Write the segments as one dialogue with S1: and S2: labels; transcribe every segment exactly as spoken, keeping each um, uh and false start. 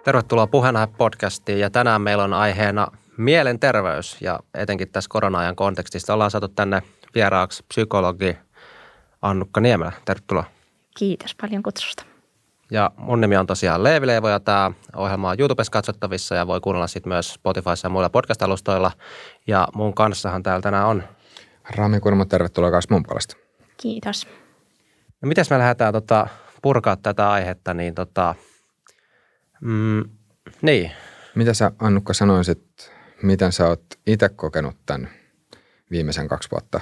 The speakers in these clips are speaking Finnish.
S1: Tervetuloa Puheenaihe-podcastiin ja tänään meillä on aiheena mielenterveys ja etenkin tässä korona-ajan kontekstista ollaan saatu tänne vieraaksi psykologi Annukka Niemelä. Tervetuloa.
S2: Kiitos paljon kutsusta.
S1: Ja mun nimi on tosiaan Leevi Leivo ja tämä ohjelma on YouTubessa katsottavissa ja voi kuunnella sitten myös Spotifyssa ja muilla podcast-alustoilla. Ja mun kanssahan täällä tänään on
S3: Rami Kurmo, tervetuloa myös mun puolesta.
S2: Kiitos.
S1: No miten me lähdetään tota, purkaa tätä aihetta, niin tota, mm, niin.
S3: Mitä sä Annukka sanoisit, miten sä oot itse kokenut tämän viimeisen kaksi vuotta?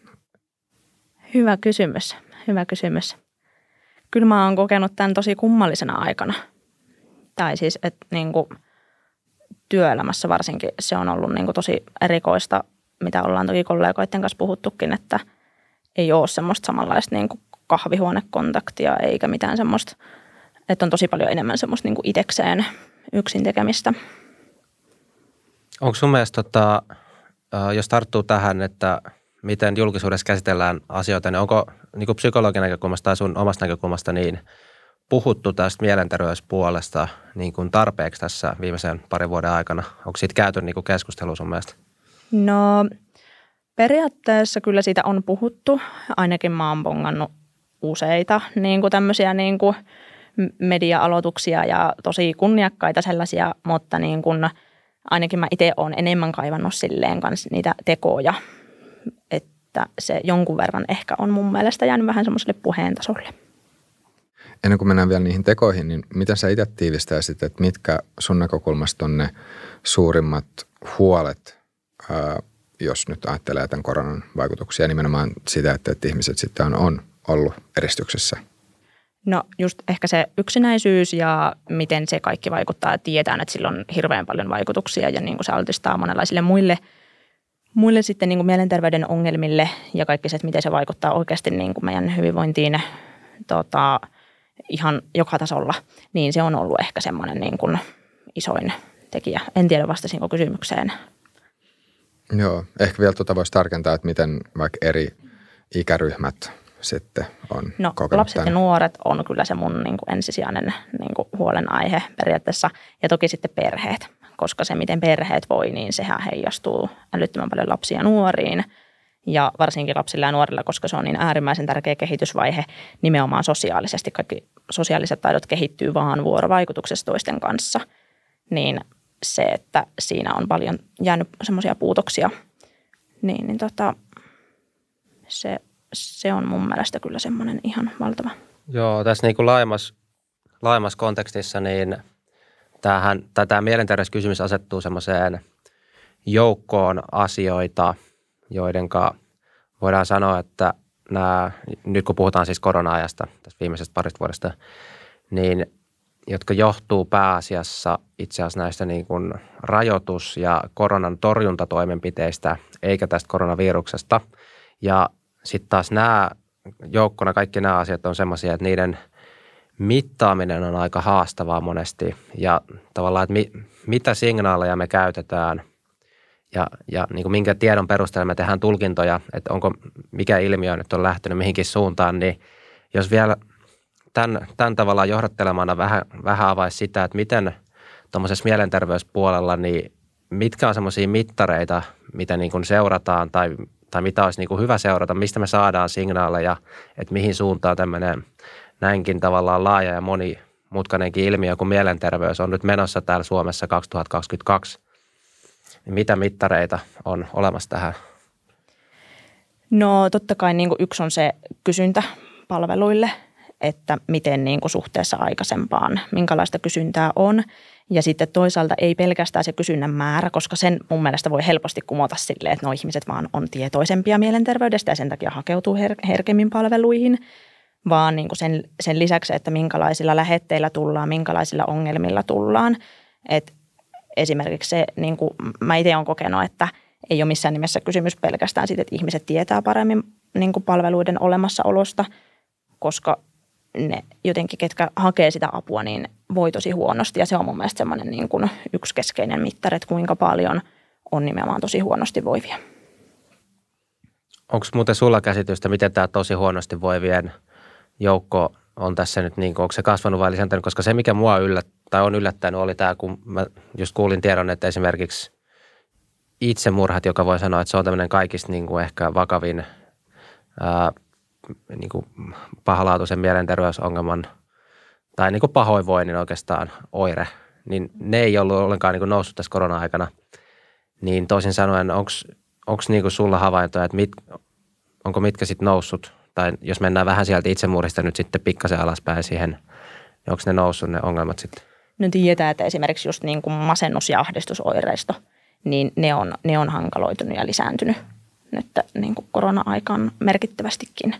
S2: Hyvä kysymys, hyvä kysymys. Kyllä mä oon kokenut tämän tosi kummallisena aikana. Tai siis, että niin kuin työelämässä varsinkin se on ollut niin kuin tosi erikoista, mitä ollaan toki kollegoiden kanssa puhuttukin, että ei ole semmoista samanlaista niin kuin kahvihuonekontaktia eikä mitään semmoista, että on tosi paljon enemmän semmoista niin kuin itekseen yksin tekemistä.
S1: Onko sun mielestä, tota, jos tarttuu tähän, että miten julkisuudessa käsitellään asioita, niin onko niin kuin psykologin näkökulmasta tai sun omasta näkökulmasta niin puhuttu tästä mielenterveyspuolesta niin kuin tarpeeksi tässä viimeisen parin vuoden aikana? Onko siitä käyty niin kuin keskustelua sun mielestä?
S2: No periaatteessa kyllä siitä on puhuttu. Ainakin mä oon bongannut useita niin kuin tämmöisiä niin kuin media-aloituksia ja tosi kunniakkaita sellaisia, mutta niin kuin ainakin mä itse oon enemmän kaivannut silleen kanssa niitä tekoja, että se jonkun verran ehkä on mun mielestä jäänyt vähän semmoiselle puheen tasolle.
S3: Ennen kuin mennään vielä niihin tekoihin, niin miten sä itse tiivistäisit, että mitkä sun näkökulmasta on ne suurimmat huolet, ää, jos nyt ajattelee tämän koronan vaikutuksia, nimenomaan sitä, että, että ihmiset sitten on, on ollut eristyksessä?
S2: No just ehkä se yksinäisyys ja miten se kaikki vaikuttaa. Tiedetään, että sillä on hirveän paljon vaikutuksia ja niin kuin se altistaa monenlaisille muille, muille sitten niin kuin mielenterveyden ongelmille ja kaikki se, että miten se vaikuttaa oikeasti niin kuin meidän hyvinvointiin tota, ihan joka tasolla. Niin se on ollut ehkä semmoinen niin kuin isoin tekijä. En tiedä vastasinko kysymykseen.
S3: Joo, ehkä vielä tuota voisi tarkentaa, että miten vaikka eri ikäryhmät sitten on
S2: No
S3: kokenut
S2: lapset
S3: tämän.
S2: ja nuoret on kyllä se mun niin kuin ensisijainen niin kuin huolenaihe periaatteessa ja toki sitten perheet, koska se miten perheet voi, niin sehän heijastuu älyttömän paljon lapsiin ja nuoriin ja varsinkin lapsilla ja nuorilla, koska se on niin äärimmäisen tärkeä kehitysvaihe nimenomaan sosiaalisesti. Kaikki sosiaaliset taidot kehittyy vaan vuorovaikutuksessa toisten kanssa, niin se, että siinä on paljon jäänyt semmoisia puutoksia, niin, niin tota, se Se on mun mielestä kyllä semmoinen ihan valtava.
S1: Joo, tässä niin kuin laajemmassa, laajemmassa kontekstissa, niin tämähän, tämä mielenterveyskysymys asettuu semmoiseen joukkoon asioita, joidenka voidaan sanoa, että nämä, nyt kun puhutaan siis korona-ajasta, tästä viimeisestä parista vuodesta, niin jotka johtuu pääasiassa itse asiassa näistä niin kuin rajoitus- ja koronan torjuntatoimenpiteistä, eikä tästä koronaviruksesta. Ja sitten taas nämä joukkona, kaikki nämä asiat on semmoisia, että niiden mittaaminen on aika haastavaa monesti ja tavallaan, että mi, mitä signaaleja me käytetään ja, ja niin kuin minkä tiedon perusteella me tehdään tulkintoja, että onko mikä ilmiö nyt on lähtenyt mihinkin suuntaan, niin jos vielä tämän, tämän tavallaan johdattelemana vähän, vähän avaisi sitä, että miten tuommoisessa mielenterveyspuolella, niin mitkä on semmoisia mittareita, mitä niin kuin seurataan tai tai mitä olisi niin kuin hyvä seurata, mistä me saadaan signaaleja, että mihin suuntaan tämmöinen näinkin tavallaan laaja ja monimutkainenkin ilmiö kuin mielenterveys on nyt menossa täällä Suomessa kaksituhattakaksikymmentäkaksi. Mitä mittareita on olemassa tähän?
S2: No totta kai niin kuin yksi on se kysyntä palveluille, että miten niin kuin suhteessa aikaisempaan, minkälaista kysyntää on. Ja sitten toisaalta ei pelkästään se kysynnän määrä, koska sen mun mielestä voi helposti kumota silleen, että nuo ihmiset vaan on tietoisempia mielenterveydestä ja sen takia hakeutuu her- herkemmin palveluihin, vaan niin kuin sen, sen lisäksi, että minkälaisilla lähetteillä tullaan, minkälaisilla ongelmilla tullaan. Et esimerkiksi se, niin kuin mä itse olen kokenut, että ei ole missään nimessä kysymys pelkästään siitä, että ihmiset tietää paremmin niin kuin palveluiden olemassaolosta, koska ne jotenkin, ketkä hakee sitä apua, niin voi tosi huonosti. Ja se on mun mielestä semmoinen niin kuin yksi keskeinen mittari, että kuinka paljon on nimenomaan tosi huonosti voivia.
S1: Onko muuten sulla käsitystä, miten tämä tosi huonosti voivien joukko on tässä nyt, niin kuin, onko se kasvanut vai lisääntynyt? Koska se, mikä mua tai on yllättänyt, oli tämä, kun mä just kuulin tiedon, että esimerkiksi itsemurhat, joka voi sanoa, että se on tämmöinen kaikista niin kuin ehkä vakavin ää, niin kuin pahalaatuisen mielenterveysongelman tai niin kuin pahoinvoinnin oikeastaan oire, niin ne ei ollut ollenkaan niin kuin noussut tässä korona-aikana. Niin toisin sanoen, onko niin kuin sulla havaintoja, että mit, onko mitkä sitten noussut, tai jos mennään vähän sieltä itsemurhista nyt sitten pikkasen alaspäin siihen, niin onko ne noussut ne ongelmat sitten?
S2: No tiedetään, että esimerkiksi just niin kuin masennus- ja ahdistusoireisto, niin ne on, ne on hankaloitunut ja lisääntynyt nyt niin kuin korona-aikaan merkittävästikin.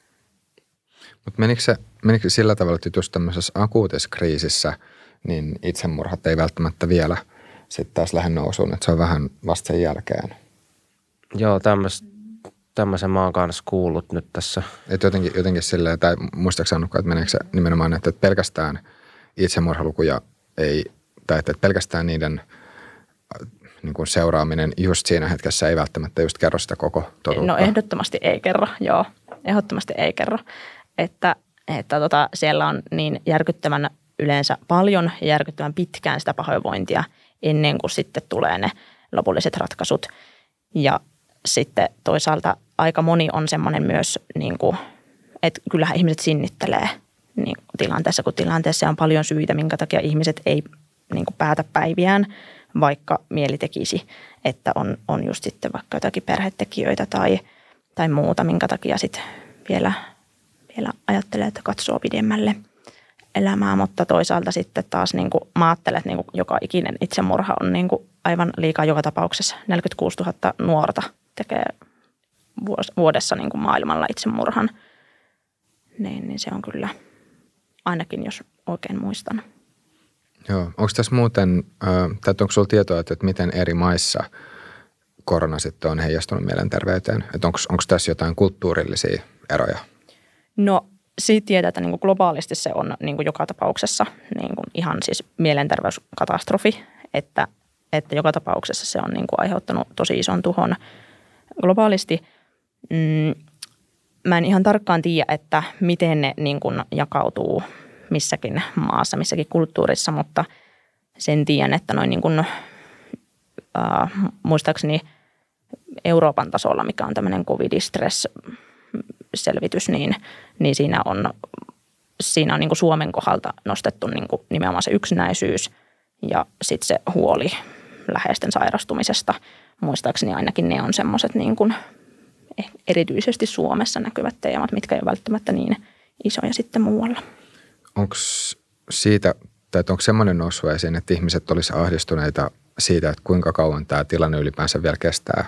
S3: Mutta menikö se, menikö sillä tavalla, että just tämmöisessä akuutissa kriisissä, niin itsemurhat ei välttämättä vielä sitten taas lähde nousuun, että se on vähän vasta sen jälkeen?
S1: Joo, tämmöisen mä oon kanssa kuullut nyt tässä.
S3: Että jotenkin, jotenkin silleen, tai muistaakseni Annukka, että meneekö se nimenomaan, että pelkästään itsemurhalukuja ei, tai että pelkästään niiden niin kuin seuraaminen just siinä hetkessä ei välttämättä just kerro sitä koko totuutta?
S2: No ehdottomasti ei kerro, joo. Ehdottomasti ei kerro, että, että tota, siellä on niin järkyttävän yleensä paljon ja järkyttävän pitkään sitä pahoinvointia ennen kuin sitten tulee ne lopulliset ratkaisut. Ja sitten toisaalta aika moni on semmoinen myös, niin kuin, että kyllähän ihmiset sinnittelee niin tilanteessa, kun tilanteessa on paljon syitä, minkä takia ihmiset ei niin kuin päätä päiviään, vaikka mieli tekisi, että on, on just sitten vaikka jotakin perhetekijöitä tai, tai muuta, minkä takia sitten vielä, vielä ajattelee, että katsoo pidemmälle elämää, mutta toisaalta sitten taas niin kuin mä ajattelen, että niin kuin joka ikinen itsemurha on niin kuin aivan liikaa joka tapauksessa. neljäkymmentäkuusituhatta nuorta tekee vuodessa niin kuin maailmalla itsemurhan, niin, niin se on kyllä ainakin, jos oikein muistan.
S3: Joo. Onko tässä muuten, tai onko sinulla tietoa, että miten eri maissa korona sitten on heijastunut mielenterveyteen? Että onko, onko tässä jotain kulttuurillisia eroja?
S2: No siitä tiedetään, että niin kuin globaalisti se on niin kuin joka tapauksessa niin kuin ihan siis mielenterveyskatastrofi, että, että joka tapauksessa se on niin kuin aiheuttanut tosi ison tuhon globaalisti. Mm, mä en ihan tarkkaan tiedä, että miten ne niin kuin jakautuu missäkin maassa, missäkin kulttuurissa, mutta sen tiedän, että noin niin kuin, äh, muistaakseni Euroopan tasolla, mikä on tämmöinen covid-stress-selvitys, niin, niin siinä on, siinä on niin kuin Suomen kohdalta nostettu niin kuin nimenomaan se yksinäisyys ja sitten se huoli läheisten sairastumisesta. Muistaakseni ainakin ne on semmoiset niin kuin erityisesti Suomessa näkyvät teemat, mitkä ei ole välttämättä niin isoja sitten muualla.
S3: Onko siitä, tai onko semmoinen noussut esiin, että ihmiset olisi ahdistuneita siitä, että kuinka kauan tämä tilanne ylipäänsä vielä kestää?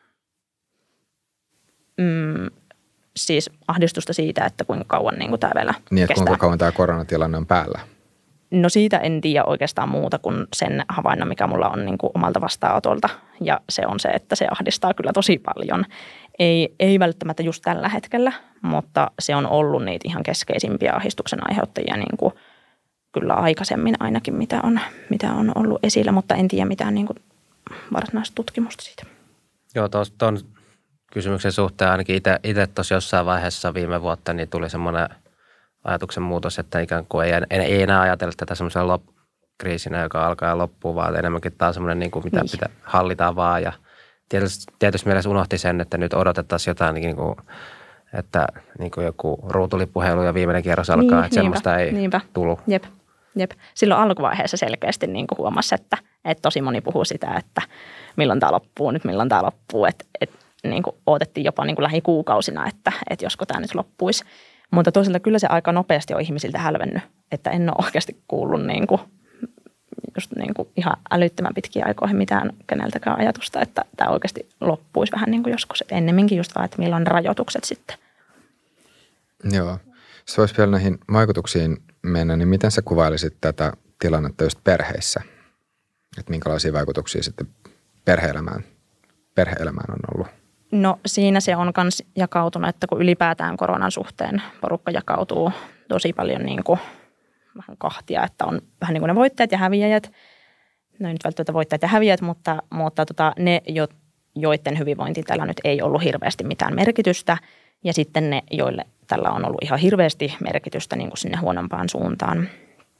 S2: Mm, siis ahdistusta siitä, että kuinka kauan niin kuin tämä vielä
S3: niin, että
S2: kestää.
S3: Kuinka kauan tämä koronatilanne on päällä?
S2: No siitä en tiedä oikeastaan muuta kuin sen havainnon, mikä mulla on niin kuin omalta vastaanotolta. Ja se on se, että se ahdistaa kyllä tosi paljon. Ei, ei välttämättä just tällä hetkellä, mutta se on ollut niitä ihan keskeisimpiä ahdistuksen aiheuttajia niin kuin kyllä aikaisemmin ainakin, mitä on, mitä on ollut esillä. Mutta en tiedä mitään niin kuin varsinaista tutkimusta siitä. Joo,
S1: tuon kysymyksen suhteen ainakin itse tuossa jossain vaiheessa viime vuotta niin tuli semmoinen ajatuksen muutos, että ikään kuin ei, ei enää ajatella tätä semmoisena lop, kriisinä, joka alkaa ja loppuu, vaan enemmänkin taas semmoinen, niin kuin mitä niin. pitää, hallitaan vaan. Ja tietysti, tietysti mielessä unohti sen, että nyt odotettaisiin jotain, niin kuin, että niin kuin joku ruutulippuheilu ja viimeinen kierros alkaa, niin, että niinpä, semmoista ei niinpä. tullut.
S2: Jep, jep. Silloin alkuvaiheessa selkeästi niin kuin huomasi, että, että tosi moni puhuu sitä, että milloin tämä loppuu, nyt milloin tämä loppuu. Että, että niin kuin odotettiin jopa niin kuin lähikuukausina, että, että josko tämä nyt loppuisi. Mutta toisaalta kyllä se aika nopeasti on ihmisiltä hälvennyt, että en ole oikeasti kuullut niin kuin, just niin kuin ihan älyttömän pitkiä aikoihin mitään keneltäkään ajatusta, että tämä oikeasti loppuisi vähän niin kuin joskus. Että ennemminkin just vaan, että milloin on rajoitukset sitten.
S3: Joo. Jos voisi vielä näihin vaikutuksiin mennä, niin miten sä kuvailisit tätä tilannetta just perheissä? Että minkälaisia vaikutuksia sitten perhe-elämään, perhe-elämään on ollut?
S2: No siinä se on myös jakautunut, että kun ylipäätään koronan suhteen porukka jakautuu tosi paljon niin kuin vähän kahtia, että on vähän niin kuin ne voittajat ja häviäjät. No ei nyt välttämättä voittajat ja häviäjät, mutta, mutta tota, ne, joiden hyvinvointi tällä nyt ei ollut hirveästi mitään merkitystä. Ja sitten ne, joille tällä on ollut ihan hirveästi merkitystä niin kuin sinne huonompaan suuntaan.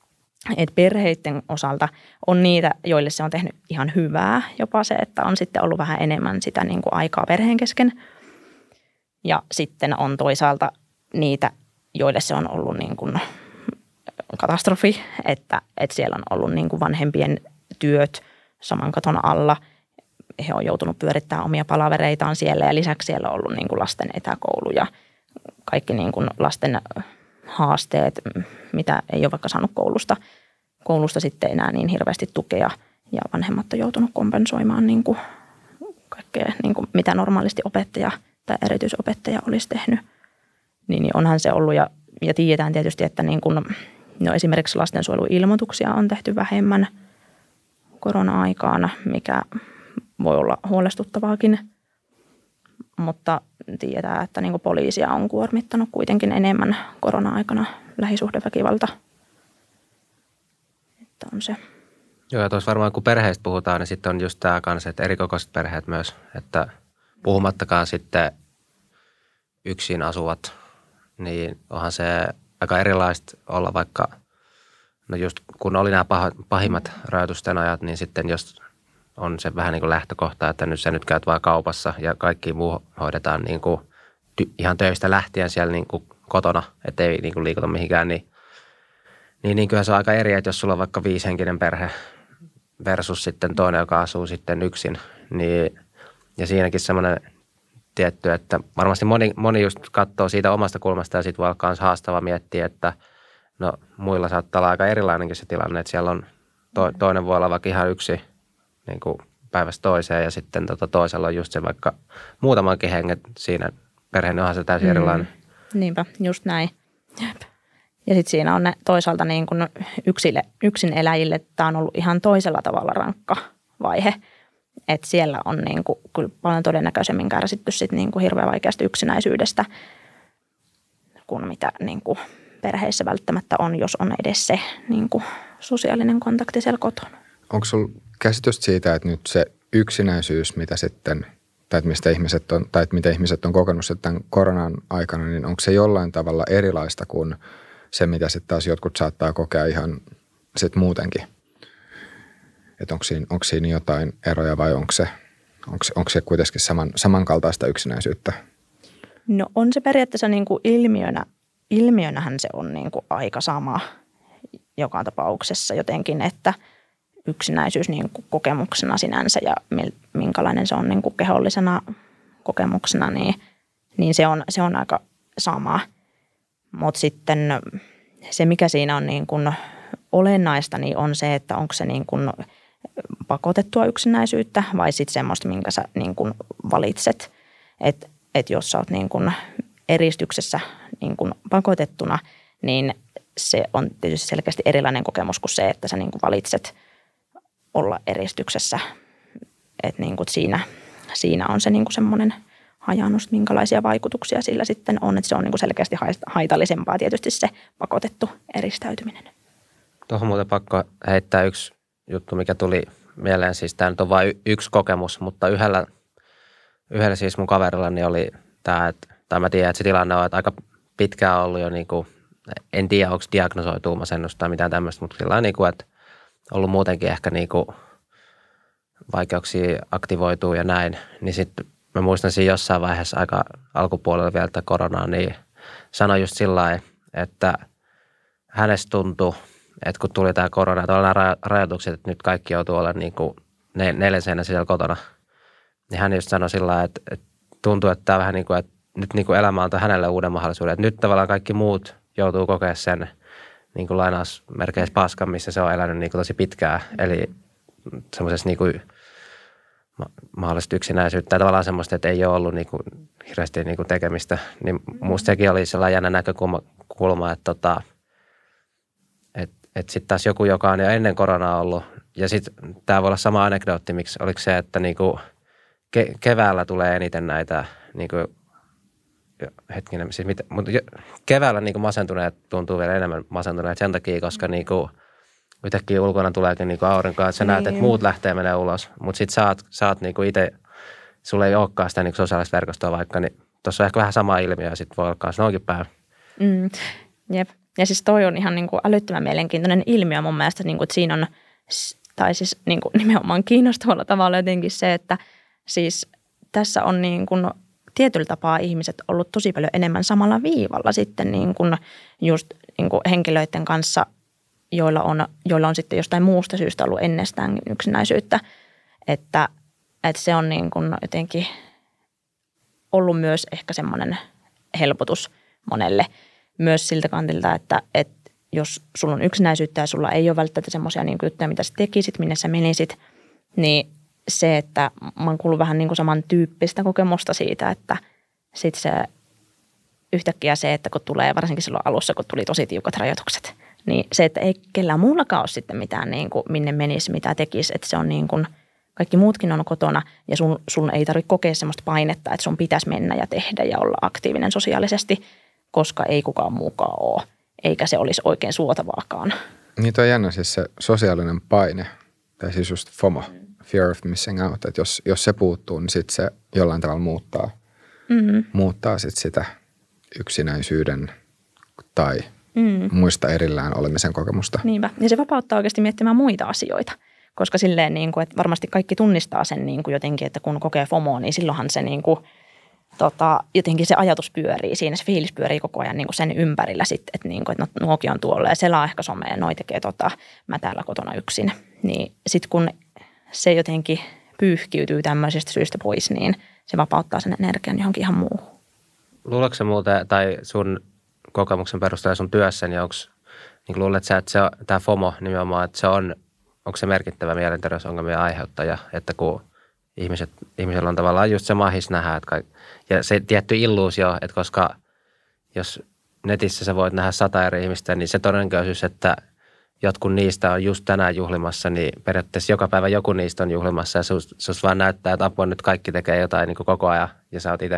S2: Et perheiden osalta on niitä, joille se on tehnyt ihan hyvää, jopa se, että on sitten ollut vähän enemmän sitä niin kuin aikaa perheen kesken. Ja sitten on toisaalta niitä, joille se on ollut niin kuin katastrofi, että, että siellä on ollut niin kuin vanhempien työt saman katon alla. He on joutunut pyörittämään omia palavereitaan siellä ja lisäksi siellä on ollut niin kuin lasten etäkoulu ja kaikki niin kuin lasten haasteet, mitä ei ole vaikka saanut koulusta, koulusta sitten enää niin hirveästi tukea ja vanhemmat on joutunut kompensoimaan niin kuin kaikkea, niin kuin mitä normaalisti opettaja tai erityisopettaja olisi tehnyt. Niin onhan se ollut ja, ja tiedetään tietysti, että niin kuin, no esimerkiksi lastensuojeluilmoituksia on tehty vähemmän korona-aikana, mikä voi olla huolestuttavaakin, mutta tiedetään, että niin kuin poliisia on kuormittanut kuitenkin enemmän korona-aikana lähisuhdeväkivalta. Että on se.
S1: Joo, ja tuossa varmaan kun perheistä puhutaan, niin sitten on just tämä kanssa, että erikokoiset perheet myös, että puhumattakaan sitten yksin asuvat, niin onhan se aika erilaista olla vaikka, no just kun oli nämä pahimmat rajoitusten ajat, niin sitten jos on se vähän niin kuin lähtökohta, että nyt sä nyt käyt vaan kaupassa ja kaikki muu hoidetaan niin kuin ihan töistä lähtien siellä niin kuin kotona, ettei niin kuin liikuta mihinkään, niin, niin, niin kyllähän se on aika eri, että jos sulla on vaikka viisihenkinen perhe versus sitten toinen, joka asuu sitten yksin, niin ja siinäkin semmoinen tietty, että varmasti moni, moni just katsoo siitä omasta kulmasta ja sitten voi olla myös haastava miettiä, että no muilla saattaa olla aika erilainenkin se tilanne, että siellä on to, toinen voi olla vaikka ihan yksi niin kuin päivästä toiseen ja sitten tota toisella on just se vaikka muutamankin hengen siinä perheen, onhan se täysin mm. erilainen.
S2: Niinpä, just näin. Jep. Ja sitten siinä on ne toisaalta niin kuin yksille, yksin eläjille tämä on ollut ihan toisella tavalla rankka vaihe. Että siellä on niin kuin, kyllä paljon todennäköisemmin kärsitty sit niin kuin hirveän vaikeasta yksinäisyydestä kuin mitä niin kuin perheissä välttämättä on, jos on edes se niin kuin sosiaalinen kontakti siellä kotona.
S3: Onko sinulla käsitystä siitä, että nyt se yksinäisyys, mitä sitten, tai että mistä ihmiset on, tai että mitä ihmiset on kokenut tämän koronan aikana, niin onko se jollain tavalla erilaista kuin se, mitä sitten taas jotkut saattaa kokea ihan sitten muutenkin? Että onko siinä, onko siinä jotain eroja vai onko se, onko se, onko se kuitenkin saman, samankaltaista yksinäisyyttä?
S2: No on se periaatteessa niin kuin ilmiönä, ilmiönähän se on niin kuin aika sama joka tapauksessa jotenkin, että yksinäisyys niin kuin kokemuksena sinänsä ja minkälainen se on niin kuin kehollisena kokemuksena, niin, niin se, on, se on aika sama. Mutta sitten se, mikä siinä on niin kuin olennaista, niin on se, että onko se niin kuin pakotettua yksinäisyyttä vai sitten semmoista, minkä sä niin kuin valitset. Että et jos sä oot niin kuin eristyksessä niin kuin pakotettuna, niin se on tietysti selkeästi erilainen kokemus kuin se, että sä niin kuin valitset olla eristyksessä. Että niin kuin siinä, siinä on se niin kuin semmoinen hajannus, minkälaisia vaikutuksia sillä sitten on. Että se on niin kuin selkeästi haitallisempaa tietysti se pakotettu eristäytyminen.
S1: Tuohon muuten pakko heittää yksi juttu, mikä tuli mieleen. Siis tämä nyt on vain yksi kokemus, mutta yhdellä, yhdellä siis mun kaverillani oli tämä, että, tai mä tiedän, että se tilanne on, että aika pitkään ollut jo niin kuin, en tiedä, onko diagnosoituu masennusta tai mitään tämmöistä, mutta sillä on niin kuin, että ollut muutenkin ehkä niin kuin vaikeuksia aktivoituu ja näin. Niin sitten mä muistan siinä jossain vaiheessa aika alkupuolella vielä tätä koronaa, niin sanoi just sillä lailla, että hänestä tuntui, että kun tuli tämä korona, että oli nämä rajoitukset, että nyt kaikki joutuu olla niin kuin neljän seinän siellä kotona, niin hän just sanoi sillä lailla, että, että tuntuu, että tämä vähän niin kuin, että nyt niin kuin elämä antoi hänelle uuden mahdollisuuden, että nyt tavallaan kaikki muut joutuu kokea sen niin kuin lainausmerkeissä paskan, missä se on elänyt niin kuin tosi pitkään, eli semmoisessa niin kuin mahdollista yksinäisyyttä tai tavallaan semmoista, että ei ole ollut niin kuin hirveästi niin kuin tekemistä, niin musta sekin oli sellainen jännä näkökulma, että tota, Että et sitten taas joku, joka on jo ennen koronaa ollut, ja sitten tämä voi olla sama anekdootti, miksi oliko se, että niinku ke- keväällä tulee eniten näitä, niinku, hetkinen, siis mitä, mutta keväällä niinku masentuneet tuntuu vielä enemmän masentuneet sen takia, koska niinku yhtäkkiä ulkona tuleekin niinku aurinkoa, että sä niin. näet, että muut lähtee menee ulos, mutta sitten sä oot, sä oot niinku itse, sulla ei olekaan sitä niinku sosiaalista verkostoa vaikka, niin tuossa on ehkä vähän sama ilmiö, ja sitten voi olla myös noinkin päin.
S2: Mm, jep. Ja siis toi on ihan niin kuin älyttömän mielenkiintoinen ilmiö mun mielestä, niin kuin, että siinä on, tai siis niin kuin nimenomaan kiinnostavalla tavalla jotenkin se, että siis tässä on niin kuin tietyllä tapaa ihmiset ollut tosi paljon enemmän samalla viivalla sitten niin kuin just niin kuin henkilöiden kanssa, joilla on, joilla on sitten jostain muusta syystä ollut ennestään yksinäisyyttä, että, että se on niin kuin jotenkin ollut myös ehkä semmoinen helpotus monelle myös siltä kantilta, että, että jos sulla on yksinäisyyttä ja sulla ei ole välttämättä semmoisia niin kuin juttuja, mitä sä tekisit, minne sä menisit, niin se, että mä oon kuullut vähän niin kuin samantyyppistä kokemusta siitä, että sitten se yhtäkkiä se, että kun tulee, varsinkin silloin alussa, kun tuli tosi tiukat rajoitukset, niin se, että ei kellään muullakaan ole sitten mitään niin kuin minne menisi, mitä tekisi, että se on niin kuin kaikki muutkin on kotona ja sun, sun ei tarvitse kokea semmoista painetta, että sun pitäisi mennä ja tehdä ja olla aktiivinen sosiaalisesti, koska ei kukaan muukaan ole, eikä se olisi oikein suotavaakaan.
S3: Niin toi on jännä siis se sosiaalinen paine, tai siis just FOMO, fear of missing out, että jos, jos se puuttuu, niin sitten se jollain tavalla muuttaa, mm-hmm. muuttaa sit sitä yksinäisyyden tai mm. muista erillään olemisen kokemusta.
S2: Niinpä, ja se vapauttaa oikeasti miettimään muita asioita. Koska silleen, niin kuin, että varmasti kaikki tunnistaa sen niin kuin jotenkin, että kun kokee FOMOa, niin silloinhan se niin kuin, tota, jotenkin se ajatus pyörii siinä, se fiilis pyörii koko ajan niin kuin sen ympärillä sitten, että, niin kuin, että no, nuokin on tuolla ja selaa ehkä somea ja noi tekee tota, mä täällä kotona yksin. Niin sitten kun se jotenkin pyyhkiytyy tämmöisistä syistä pois, niin se vapauttaa sen energian johonkin ihan muuhun.
S1: Luuletko sä muuten, tai sun kokemuksen perusteella sun työssä, niin onko, niin luulet sä, että se, tämä FOMO nimenomaan, että se on, onko se merkittävä mielenterveysongelmien aiheuttaja, että kun ihmiset, ihmisellä on tavallaan just se mahis nähdä, että kaik, ja se tietty illuusio, että koska jos netissä sä voit nähdä sata eri ihmistä, niin se todennäköisyys, että jotkut niistä on just tänään juhlimassa, niin periaatteessa joka päivä joku niistä on juhlimassa ja sus, sus vaan näyttää, että apua nyt kaikki tekee jotain niin kuin koko ajan ja sä oot itse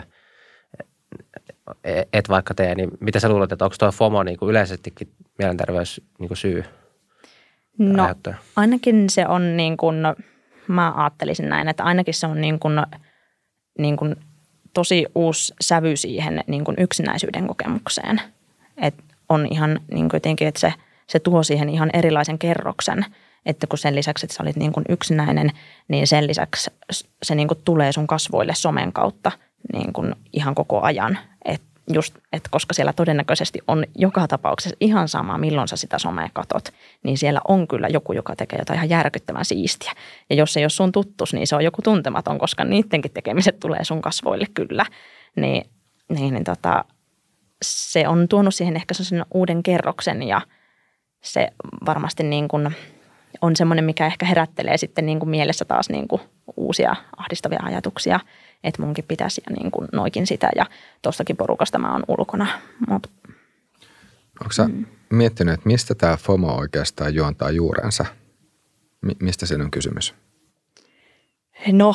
S1: et vaikka tee, niin mitä sä luulet, että onko tuo FOMO niin kuin yleisestikin mielenterveys niin kuin syy?
S2: No aiheuttaja? Ainakin se on niin kuin, mä ajattelisin näin, että ainakin se on niin kuin, niin kuin tosi uusi sävy siihen niin kuin yksinäisyyden kokemukseen. Että on ihan niin kuin jotenkin, että se, se tuo siihen ihan erilaisen kerroksen, että kun sen lisäksi, että sä olit niin kuin yksinäinen, niin sen lisäksi se niin kuin tulee sun kasvoille somen kautta niin kuin ihan koko ajan. Että just, että koska siellä todennäköisesti on joka tapauksessa ihan sama, milloin sä sitä somea katot, niin siellä on kyllä joku, joka tekee jotain ihan järkyttävän siistiä. Ja jos se ei ole sun tuttus, niin se on joku tuntematon, koska niidenkin tekemiset tulee sun kasvoille kyllä. Niin, niin, niin tota, se on tuonut siihen ehkä sellaisen uuden kerroksen ja se varmasti niin kuin on semmoinen, mikä ehkä herättelee sitten niin kuin mielessä taas niin kuin uusia ahdistavia ajatuksia, että munkin pitäisi ja niin kuin noikin sitä ja tuostakin porukasta mä oon ulkona. Mut.
S3: Onko sä mm. miettinyt, että mistä tämä FOMO oikeastaan juontaa juurensa? Mi- mistä siinä on kysymys?
S2: No,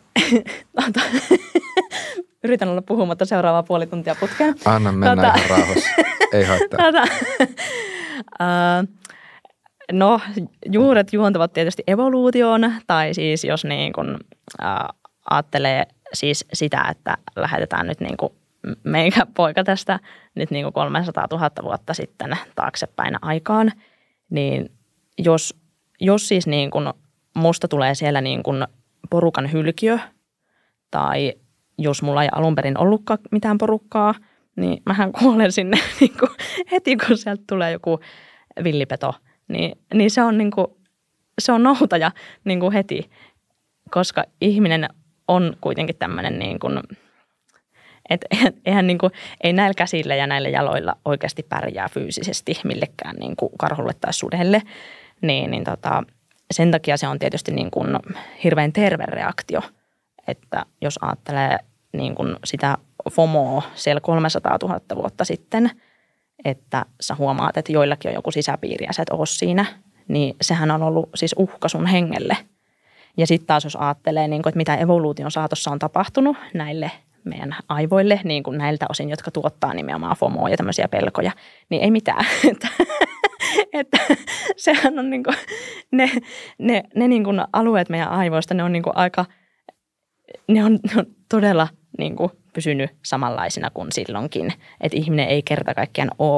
S2: yritän olla puhumatta seuraavaa puoli tuntia putkeen.
S3: Anna mennä tota, ihan rauhassa, ei haittaa. Tota,
S2: uh, no, juuret juontavat tietysti evoluutioon, tai siis jos niin kuin, uh, ajattelee siis sitä, että lähetetään nyt niin kuin meikä poika tästä nyt niin kuin kolmesataatuhatta vuotta sitten taaksepäin aikaan, niin jos, jos siis niin kuin musta tulee siellä niin kuin porukan hylkiö tai jos mulla ei alun perin ollutkaan mitään porukkaa, niin mähän kuolen sinne niin kuin heti, kun sieltä tulee joku villipeto, niin, niin se on niin kuin, se on noutaja niin kuin heti, koska ihminen on kuitenkin tämmöinen niin kuin, että eihän niin kuin, ei näillä käsillä ja näillä jaloilla oikeasti pärjää fyysisesti millekään niin kuin karhulle tai sudelle, niin, niin tota, sen takia se on tietysti niin kuin hirveän terve reaktio, että jos ajattelee niin kuin sitä FOMOa siellä kolmesataatuhatta vuotta sitten, että sä huomaat, että joillakin on joku sisäpiiri ja sä et ole siinä, niin sehän on ollut siis uhka sun hengelle. Ja sitten taas jos ajattelee, niin kuin, että mitä evoluution saatossa on tapahtunut näille meidän aivoille, niin kuin näiltä osin, jotka tuottaa nimenomaan FOMOa ja tämmöisiä pelkoja, niin ei mitään. Että, että sehän on niin kuin, ne, ne, ne niin kuin alueet meidän aivoista, ne on niin kuin aika, ne on, ne on todella niin kuin pysynyt samanlaisina kuin silloinkin. Että ihminen ei kerta kaikkiaan ole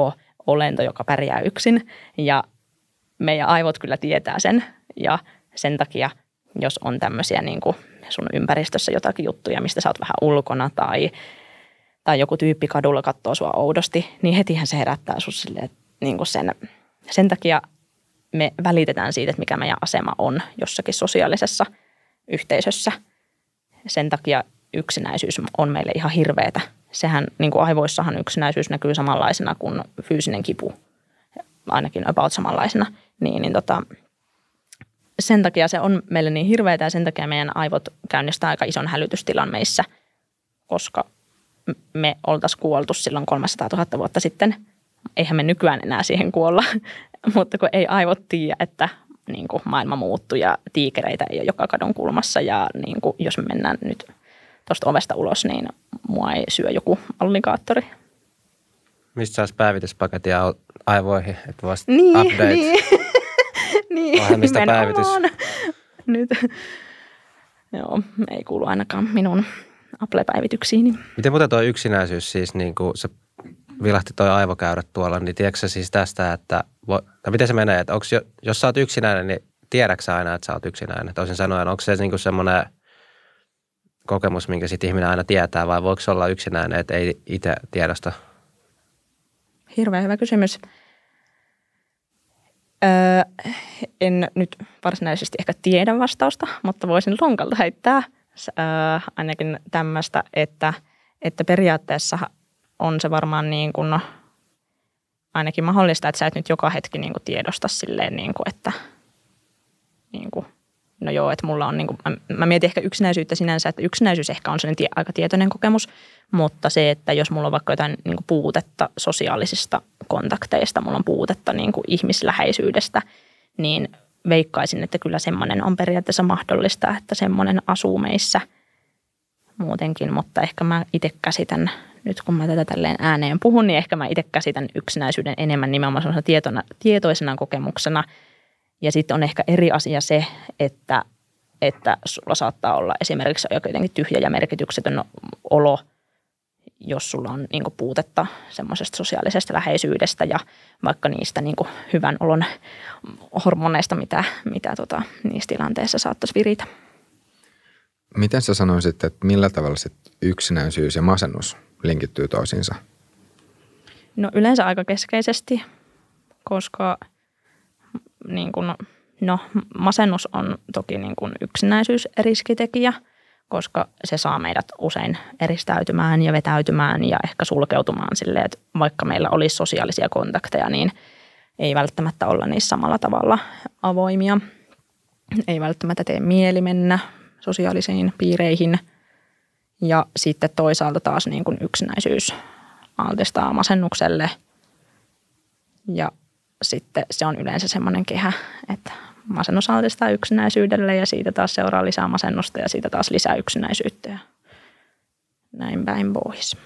S2: olento, joka pärjää yksin ja meidän aivot kyllä tietää sen ja sen takia, jos on tämmöisiä niin kuin sun ympäristössä jotakin juttuja, mistä sä oot vähän ulkona tai, tai joku tyyppi kadulla katsoo sua oudosti, niin hetihän se herättää sun silleen, niin kuin sen, sen takia me välitetään siitä, että mikä meidän asema on jossakin sosiaalisessa yhteisössä. Sen takia yksinäisyys on meille ihan hirveetä. Sehän niin kuin aivoissahan yksinäisyys näkyy samanlaisena kuin fyysinen kipu, ainakin about samanlaisena. Niin, niin tota, sen takia se on meille niin hirveetä ja sen takia meidän aivot käynnistää aika ison hälytystilan meissä, koska me oltaisiin kuoltu silloin kolmesataatuhatta vuotta sitten. Eihän me nykyään enää siihen kuolla, mutta kun ei aivot tiedä, että niin kuin maailma muuttuu ja tiikereitä ei ole joka kadun kulmassa ja niin kuin, jos me mennään nyt tuosta ovesta ulos, niin mua ei syö joku alligaattori.
S1: Mistä saisi päivityspaketin aivoihin, että vasta
S2: niin,
S1: update?
S2: Niin, niin.
S1: Ohjelmista päivitys.
S2: Nyt. Joo, ei kuulu ainakaan minun Apple-päivityksiini.
S1: Miten muuten tuo yksinäisyys siis, niin kuin se vilahti toi aivokäyrät tuolla, niin tiedätkö sä siis tästä, että, tai miten se menee, että onko, jos sä oot yksinäinen, niin tiedätkö sä aina, että sä oot yksinäinen? Toisin sanoen, onko se niin kuin semmoinen kokemus, minkä sit ihminen aina tietää, vai voiko se olla yksinäinen, että ei itse tiedosta?
S2: Hirveän hyvä kysymys. Öö, en nyt varsinaisesti ehkä tiedä vastausta, mutta voisin lonkalta heittää öö, ainakin tämmöistä, että, että periaatteessa on se varmaan niin kuin, no, ainakin mahdollista, että sä et nyt joka hetki niin kuin tiedosta silleen, niin kuin, että niin kuin, no joo, että mulla on, niin kuin, mä, mä mietin ehkä yksinäisyyttä sinänsä, että yksinäisyys ehkä on sellainen tie, aika tietoinen kokemus, mutta se, että jos mulla on vaikka jotain niin kuin puutetta sosiaalisista kontakteista, mulla on puutetta niin kuin ihmisläheisyydestä, niin veikkaisin, että kyllä semmoinen on periaatteessa mahdollista, että semmoinen asuu meissä muutenkin, mutta ehkä mä itse käsitän, nyt kun mä tätä tälleen ääneen puhun, niin ehkä mä itse käsitän yksinäisyyden enemmän nimenomaan sellaisena tietona, tietoisena kokemuksena. Ja sitten on ehkä eri asia se, että, että sulla saattaa olla esimerkiksi jotenkin tyhjä ja merkityksetön olo, jos sulla on niin kuin puutetta semmoisesta sosiaalisesta läheisyydestä ja vaikka niistä niin kuin hyvän olon hormoneista, mitä, mitä tota, niissä tilanteissa saattaisi viritä.
S3: Miten sä sanoisit, että millä tavalla sit yksinäisyys ja masennus linkittyy toisiinsa?
S2: No yleensä aika keskeisesti, koska niin kun, no, masennus on toki niin kun yksinäisyysriskitekijä, koska se saa meidät usein eristäytymään ja vetäytymään ja ehkä sulkeutumaan silleen, että vaikka meillä olisi sosiaalisia kontakteja, niin ei välttämättä olla niissä samalla tavalla avoimia. Ei välttämättä tee mieli mennä sosiaalisiin piireihin ja sitten toisaalta taas niin kuin yksinäisyys altistaa masennukselle ja sitten se on yleensä semmoinen kehä, että masennus altistaa yksinäisyydelle ja siitä taas seuraa lisää masennusta ja siitä taas lisää yksinäisyyttä ja näin päin pois.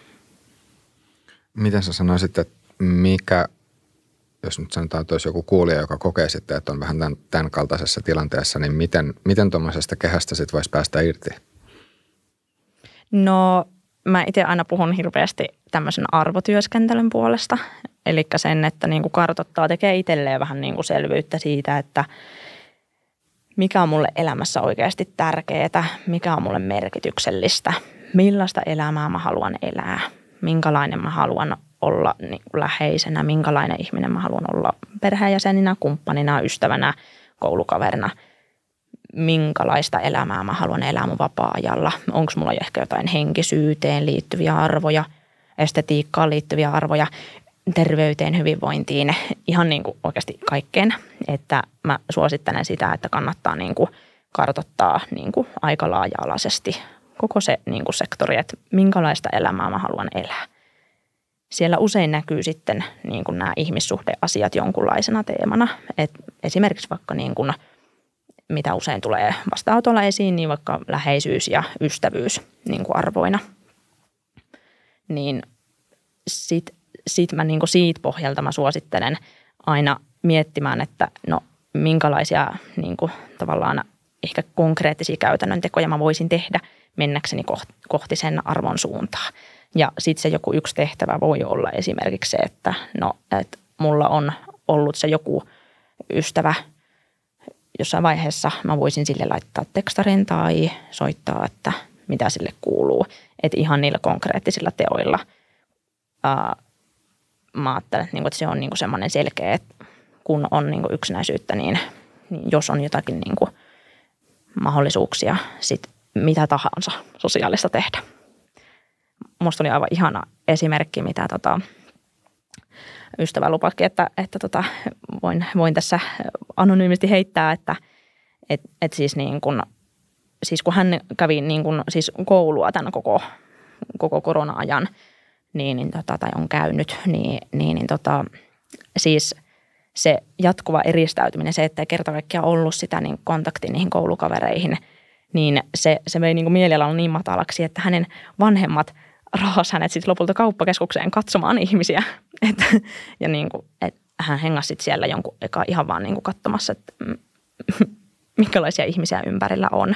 S3: Miten sä sanoisit, että mikä, jos nyt sanotaan, että olisi joku kuulija, joka kokee sitten, että on vähän tämän, tämän kaltaisessa tilanteessa, niin miten, miten tuommoisesta kehästä sitten voisi päästä irti?
S2: No mä itse aina puhun hirveästi tämmöisen arvotyöskentelyn puolesta. Eli sen, että niin kuin kartoittaa, tekee itselleen vähän niin kuin selvyyttä siitä, että mikä on mulle elämässä oikeasti tärkeää, mikä on mulle merkityksellistä, millaista elämää mä haluan elää, minkälainen mä haluan olla niin kuin läheisenä, minkälainen ihminen mä haluan olla perheenjäseninä, kumppanina, ystävänä, koulukaverina, minkälaista elämää mä haluan elää mun vapaa-ajalla, onko mulla ehkä jotain henkisyyteen liittyviä arvoja, estetiikkaan liittyviä arvoja, terveyteen, hyvinvointiin, ihan niin kuin oikeasti kaikkeen, että mä suosittelen sitä, että kannattaa niin kuin kartoittaa niin kuin aika laaja-alaisesti koko se niin kuin sektori, että minkälaista elämää mä haluan elää. Siellä usein näkyy sitten niin kuin nämä ihmissuhdeasiat jonkunlaisena teemana, että esimerkiksi vaikka niin kuin, mitä usein tulee vastaanotolla esiin, niin vaikka läheisyys ja ystävyys niin kuin arvoina, niin sitten Sitten mä niin kuin siitä pohjalta mä suosittelen aina miettimään, että no minkälaisia niin kuin tavallaan ehkä konkreettisia käytännön tekoja mä voisin tehdä mennäkseni kohti sen arvon suuntaa. Ja sitten se joku yksi tehtävä voi olla esimerkiksi se, että no, et mulla on ollut se joku ystävä jossain vaiheessa, mä voisin sille laittaa tekstarin tai soittaa, että mitä sille kuuluu. Että ihan niillä konkreettisilla teoilla ää, mä ajattelen, että, niinku, että se on niinku semmoinen selkeä, että kun on niinku yksinäisyyttä, niin, niin jos on jotakin niinku mahdollisuuksia sit mitä tahansa sosiaalista tehdä. Musta oli aivan ihana esimerkki, mitä tota, ystävä lupasikin, että, että tota, voin, voin tässä anonyymisti heittää, että et, et siis, niin kun, siis kun hän kävi niin kun, siis koulua tämän koko, koko korona-ajan, niin, niin, tota, tai on käynyt, niin, niin, niin tota, siis se jatkuva eristäytyminen, se, että ei kerta kaikkiaan ollut sitä niin kontaktia niihin koulukavereihin, niin se, se vei niin kuin mielialan niin matalaksi, että hänen vanhemmat rahasi hänet sitten lopulta kauppakeskukseen katsomaan ihmisiä. Et, ja niin kuin, et hän hengasi sitten siellä jonkun eka ihan vaan niin kuin katsomassa, että minkälaisia ihmisiä ympärillä on.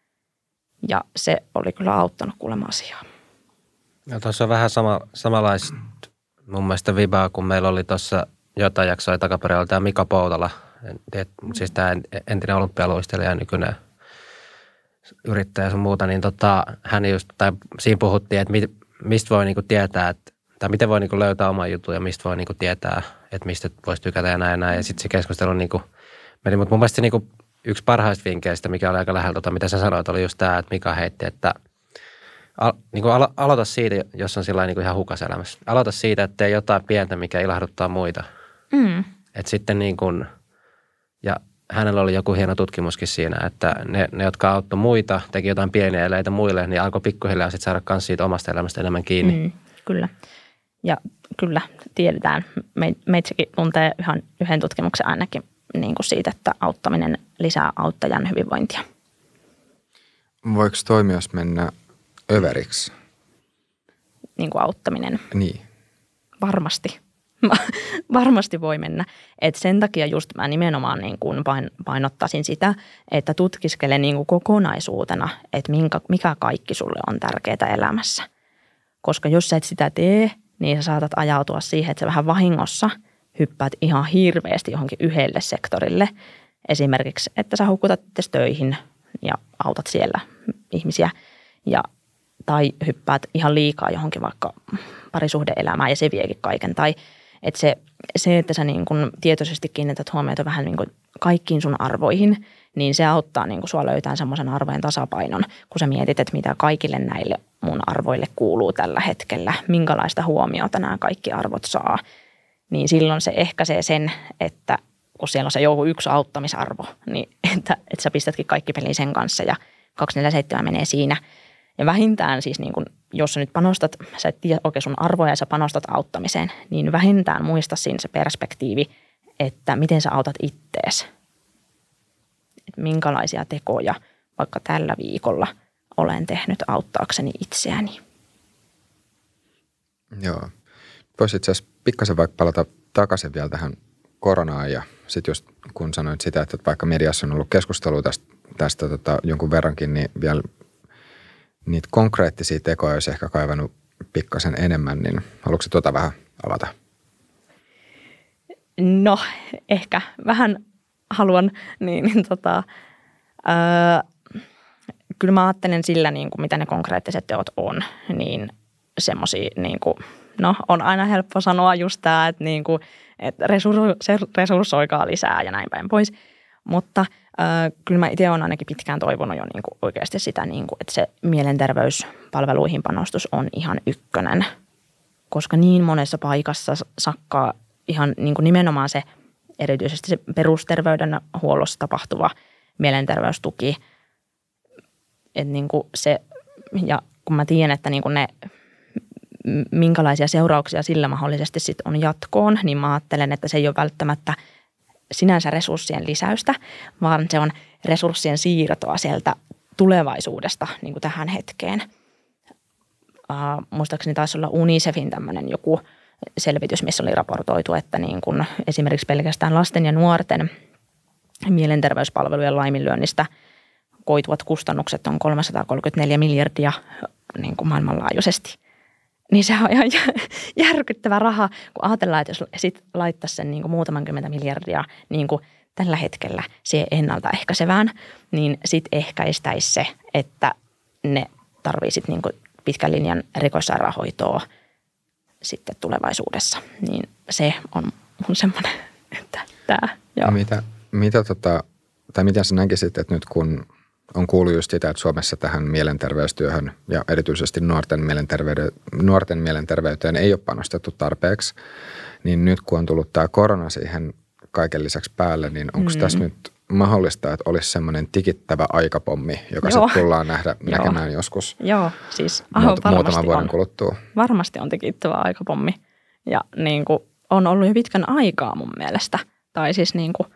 S2: Ja se oli kyllä auttanut kuulemma asiaa.
S1: Ja tuossa on vähän sama, samanlaista mun mielestä vibaa, kun meillä oli tuossa jotain jaksoa takaperällä tämä Mika Poutala, et, siis tämä entinen olympialuistelija ja nykyinen yrittäjä sun muuta, niin tota, hän just, tai siinä puhuttiin, että mit, mistä voi niinku tietää, että, tai miten voi niinku löytää oman jutun ja mistä voi niinku tietää, että mistä voisi tykätä ja näin ja näin. Ja sitten se keskustelu niinku meni, mutta mun mielestä se niinku yksi parhaista vinkkeistä, mikä oli aika lähellä, tota, mitä sä sanoit, oli just tämä, että Mika heitti, että al, niinku alo, aloita siitä, jos on sillä niinku ihan hukas elämässä. Aloita siitä, että tee jotain pientä, mikä ilahduttaa muita. Mm. Että sitten niin kuin, ja hänellä oli joku hieno tutkimuskin siinä, että ne, ne jotka auttoi muita, teki jotain pieniä eleitä muille, niin alkoi pikkuhiljaa sitten saada myös siitä omasta elämästä enemmän kiinni. Mm,
S2: kyllä. Ja kyllä tiedetään, me, meitsäkin tuntee ihan yhden tutkimuksen ainakin niin kuin siitä, että auttaminen lisää auttajan hyvinvointia.
S3: Voiko toi myös mennä överiksi?
S2: Niin kuin auttaminen?
S3: Niin.
S2: Varmasti. Varmasti voi mennä. Et sen takia just mä nimenomaan niin kuin painottaisin sitä, että tutkiskele niin kuin kokonaisuutena, että minkä, mikä kaikki sulle on tärkeää elämässä. Koska jos sä et sitä tee, niin sä saatat ajautua siihen, että sä vähän vahingossa hyppäät ihan hirveästi johonkin yhdelle sektorille. Esimerkiksi, että sä hukutat itse töihin ja autat siellä ihmisiä ja tai hyppäät ihan liikaa johonkin vaikka parisuhde-elämään ja se viekin kaiken. Tai että se, se, että sä niin kun tietoisesti kiinnität huomiota vähän niin kuin kaikkiin sun arvoihin, niin se auttaa niin kuin sua löytää semmoisen arvojen tasapainon, kun sä mietit, että mitä kaikille näille mun arvoille kuuluu tällä hetkellä, minkälaista huomiota nämä kaikki arvot saa. Niin silloin se ehkäisee sen, että kun siellä on se joku yksi auttamisarvo, niin että, että sä pistätkin kaikki peliin sen kanssa ja kaksikymmentäseitsemän menee siinä. Ja vähintään siis niin kun, jos sä nyt panostat, sä et tiedä oikein sun arvoja ja sä panostat auttamiseen, niin vähintään muista siinä se perspektiivi, että miten sä autat ittees. Että minkälaisia tekoja vaikka tällä viikolla olen tehnyt auttaakseni itseäni.
S3: Joo. Voisi itse asiassa pikkasen vaikka palata takaisin vielä tähän koronaan ja sitten just kun sanoit sitä, että vaikka mediassa on ollut keskustelua tästä, tästä tota, jonkun verrankin, niin vielä niitä konkreettisia tekoja olisi ehkä kaivannut pikkasen enemmän, niin haluatko tuota vähän avata?
S2: No, ehkä vähän haluan, niin, niin tota, öö, kyllä mä ajattelen sillä, niin kuin mitä ne konkreettiset teot on, niin semmoisia, niin kuin, no on aina helppo sanoa just tämä, että, niin kuin, että resurssoikaa lisää ja näin päin pois, mutta äh, kyllä mä itse olen ainakin pitkään toivonut jo niin kuin oikeasti sitä, niin kuin, että se mielenterveyspalveluihin panostus on ihan ykkönen, koska niin monessa paikassa sakkaa ihan niin kuin nimenomaan se, erityisesti se perusterveydenhuollossa tapahtuva mielenterveystuki, että niin kuin se, ja kun mä tiedän, että niin kuin ne, minkälaisia seurauksia sillä mahdollisesti sit on jatkoon, niin mä ajattelen, että se ei ole välttämättä sinänsä resurssien lisäystä, vaan se on resurssien siirtoa sieltä tulevaisuudesta niin kuin tähän hetkeen. Uh, muistaakseni taisi olla UNICEFin tämmöinen joku selvitys, missä oli raportoitu, että niin kuin esimerkiksi pelkästään lasten ja nuorten mielenterveyspalvelujen laiminlyönnistä koituvat kustannukset on kolmesataakolmekymmentäneljä miljardia niin kuin maailmanlaajuisesti. Niin se on ihan järkyttävä raha, kun ajatellaan, että jos sit laittaisi sen niin kuin muutaman kymmentä miljardia niin kuin tällä hetkellä siihen ennaltaehkäisevään, niin sitten ehkäistäisi se, että ne tarvitsit niin kuin pitkän linjan rikossairaanhoitoa sitten tulevaisuudessa. Niin se on mun semmoinen, että tämä, joo.
S3: Mitä, mitä tota, tai miten sä näkisit, että nyt kun on kuullut just sitä, että Suomessa tähän mielenterveystyöhön ja erityisesti nuorten, nuorten mielenterveyteen ei ole panostettu tarpeeksi, niin nyt kun on tullut tämä korona siihen kaiken lisäksi päälle, niin onko mm. tässä nyt mahdollista, että olisi semmoinen tikittävä aikapommi, joka sitten tullaan nähdä, näkemään joskus
S2: Joo, siis
S3: muut, muutaman vuoden on. kuluttua?
S2: Varmasti on tikittävä aikapommi ja niin kuin on ollut jo pitkän aikaa mun mielestä. Tai siis niin kuin,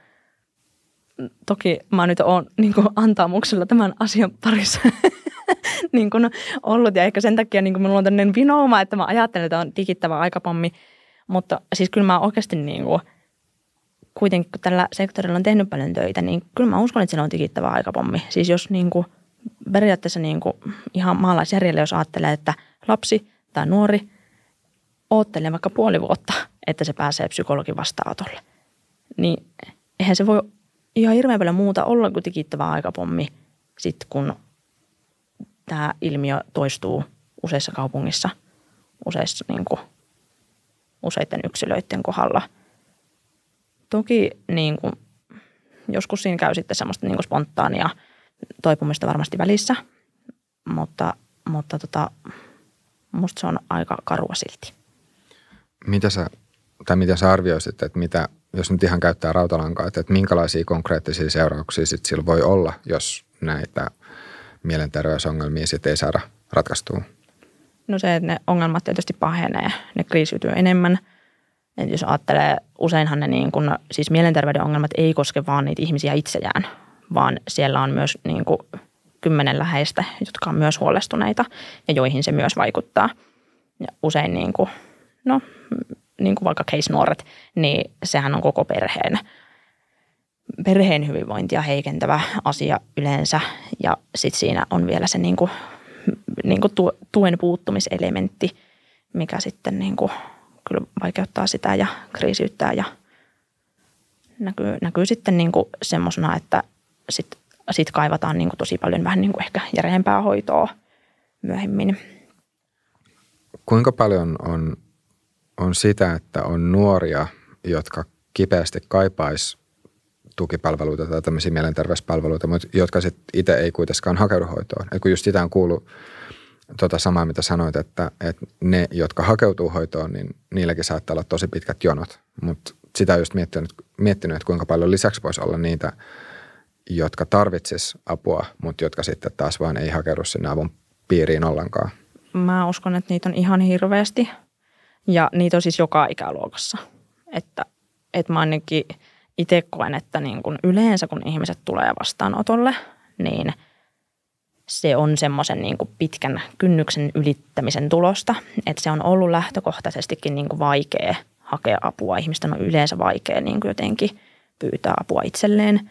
S2: toki mä nyt oon niin kuin antaamuksella tämän asian parissa niin kuin ollut ja ehkä sen takia niin kuin minulla on tämmöinen vinouma, että mä ajattelen, että on tikittävä aikapommi, mutta siis kyllä mä oikeasti niin kuin kuitenkin kun tällä sektorilla on tehnyt paljon töitä, niin kyllä mä uskon, että siellä on tikittävä aikapommi. Siis jos niin kuin, periaatteessa niin kuin, ihan maalaisjärjellä, jos ajattelee, että lapsi tai nuori oottelee vaikka puoli vuotta, että se pääsee psykologin vastaanotolle, niin eihän se voi ihan hirveän paljon muuta olla kuin tikittävä aikapommi sitten, kun tämä ilmiö toistuu useissa kaupungissa, useissa niin kuin, useiden yksilöiden kohdalla. Toki niin kuin, joskus siinä käy sitten semmoista niin kuin spontaania toipumista varmasti välissä, mutta, mutta tota, musta se on aika karua silti.
S3: Mitä sä, tai miten sä arvioisit, että mitä, jos nyt ihan käyttää rautalankaa, että, että minkälaisia konkreettisia seurauksia sit sillä voi olla, jos näitä mielenterveysongelmia sitten ei saada ratkaistua?
S2: No se, että ne ongelmat tietysti pahenee, ne kriisiytyy enemmän. Et jos ajattelee, useinhan ne niin kun, siis mielenterveyden ongelmat ei koske vaan niitä ihmisiä itseään, vaan siellä on myös niin kun kymmenen läheistä, jotka on myös huolestuneita ja joihin se myös vaikuttaa. Ja usein niin kuin, no, niin kuin vaikka case-nuoret, niin sehän on koko perheen, perheen hyvinvointia heikentävä asia yleensä. Ja sitten siinä on vielä se niin kuin, niin kuin tuen puuttumiselementti, mikä sitten niin kuin kyllä vaikeuttaa sitä ja kriisiyttää ja näkyy, näkyy sitten niin kuin semmoisena, että sitten sit kaivataan niin kuin tosi paljon vähän niin kuin ehkä järeämpää hoitoa myöhemmin.
S3: Kuinka paljon on, on sitä, että on nuoria, jotka kipeästi kaipaisi tukipalveluita tai tämmöisiä mielenterveyspalveluita, mutta jotka sitten itse ei kuitenkaan hakeudu hoitoon. Et kun just sitä on kuullut tota samaa, mitä sanoit, että, että ne, jotka hakeutuu hoitoon, niin niilläkin saattaa olla tosi pitkät jonot. Mutta sitä on just miettinyt, miettinyt, että kuinka paljon lisäksi voisi olla niitä, jotka tarvitsis apua, mutta jotka sitten taas vaan ei hakeudu sinne avun piiriin ollenkaan.
S2: Mä uskon, että niitä on ihan hirveästi ja niitä on siis joka ikäluokassa. Että, että mä ainakin itse koen, että niin kun yleensä kun ihmiset tulee vastaanotolle, niin se on semmoisen niin kuin pitkän kynnyksen ylittämisen tulosta, että se on ollut lähtökohtaisestikin niin kuin vaikea hakea apua. Ihmisten on yleensä vaikea niin kuin jotenkin pyytää apua itselleen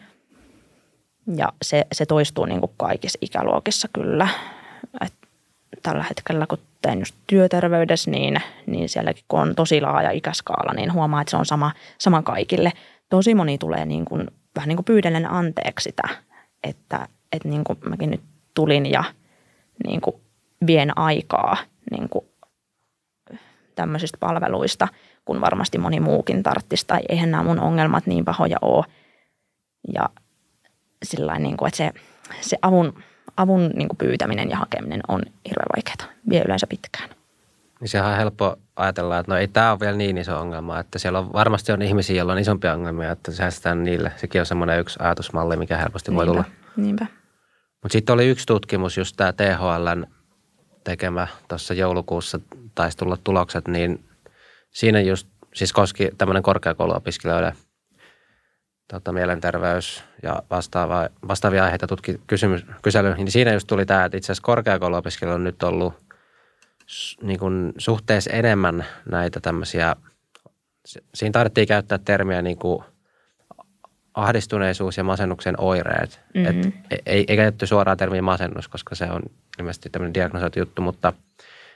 S2: ja se, se toistuu niin kuin kaikissa ikäluokissa kyllä. Et tällä hetkellä kun teen just työterveydessä, niin, niin sielläkin kun on tosi laaja ikäskaala, niin huomaa, että se on sama, sama kaikille. Tosi moni tulee niin kuin, vähän niin kuin pyydellen anteeksi sitä, että, että niin kuin mäkin nyt tulin ja niin kuin vien aikaa niin kuin tämmöisistä palveluista, kun varmasti moni muukin tarttisi, tai eihän nämä mun ongelmat niin pahoja ole. Ja sillain, niin kuin, että se, se avun, avun niin kuin pyytäminen ja hakeminen on hirveän vaikeaa, vie yleensä pitkään.
S1: Niin sehän on helppo ajatella, että no ei tämä ole vielä niin iso ongelma, että siellä on varmasti on ihmisiä, joilla on isompia ongelmia, että säästetään niille. Sekin on semmoinen yksi ajatusmalli, mikä helposti
S2: niinpä,
S1: voi tulla.
S2: Niinpä.
S1: Mutta sitten oli yksi tutkimus, just tämä T H L:n tekemä tuossa joulukuussa taisi tulla tulokset, niin siinä just siis koski tämmöinen korkeakouluopiskelijoiden tota, mielenterveys ja vastaava, vastaavia aiheita tutki kysymys, kysely, niin siinä just tuli tämä, että itse asiassa korkeakouluopiskelijoilla on nyt ollut niin kuin suhteessa enemmän näitä tämmöisiä, siinä taidettiin käyttää termiä niin kuin ahdistuneisuus ja masennuksen oireet. Mm-hmm. Et ei, ei käytetty suoraan termiä masennus, koska se on ilmeisesti tämmöinen diagnosoitu juttu, mutta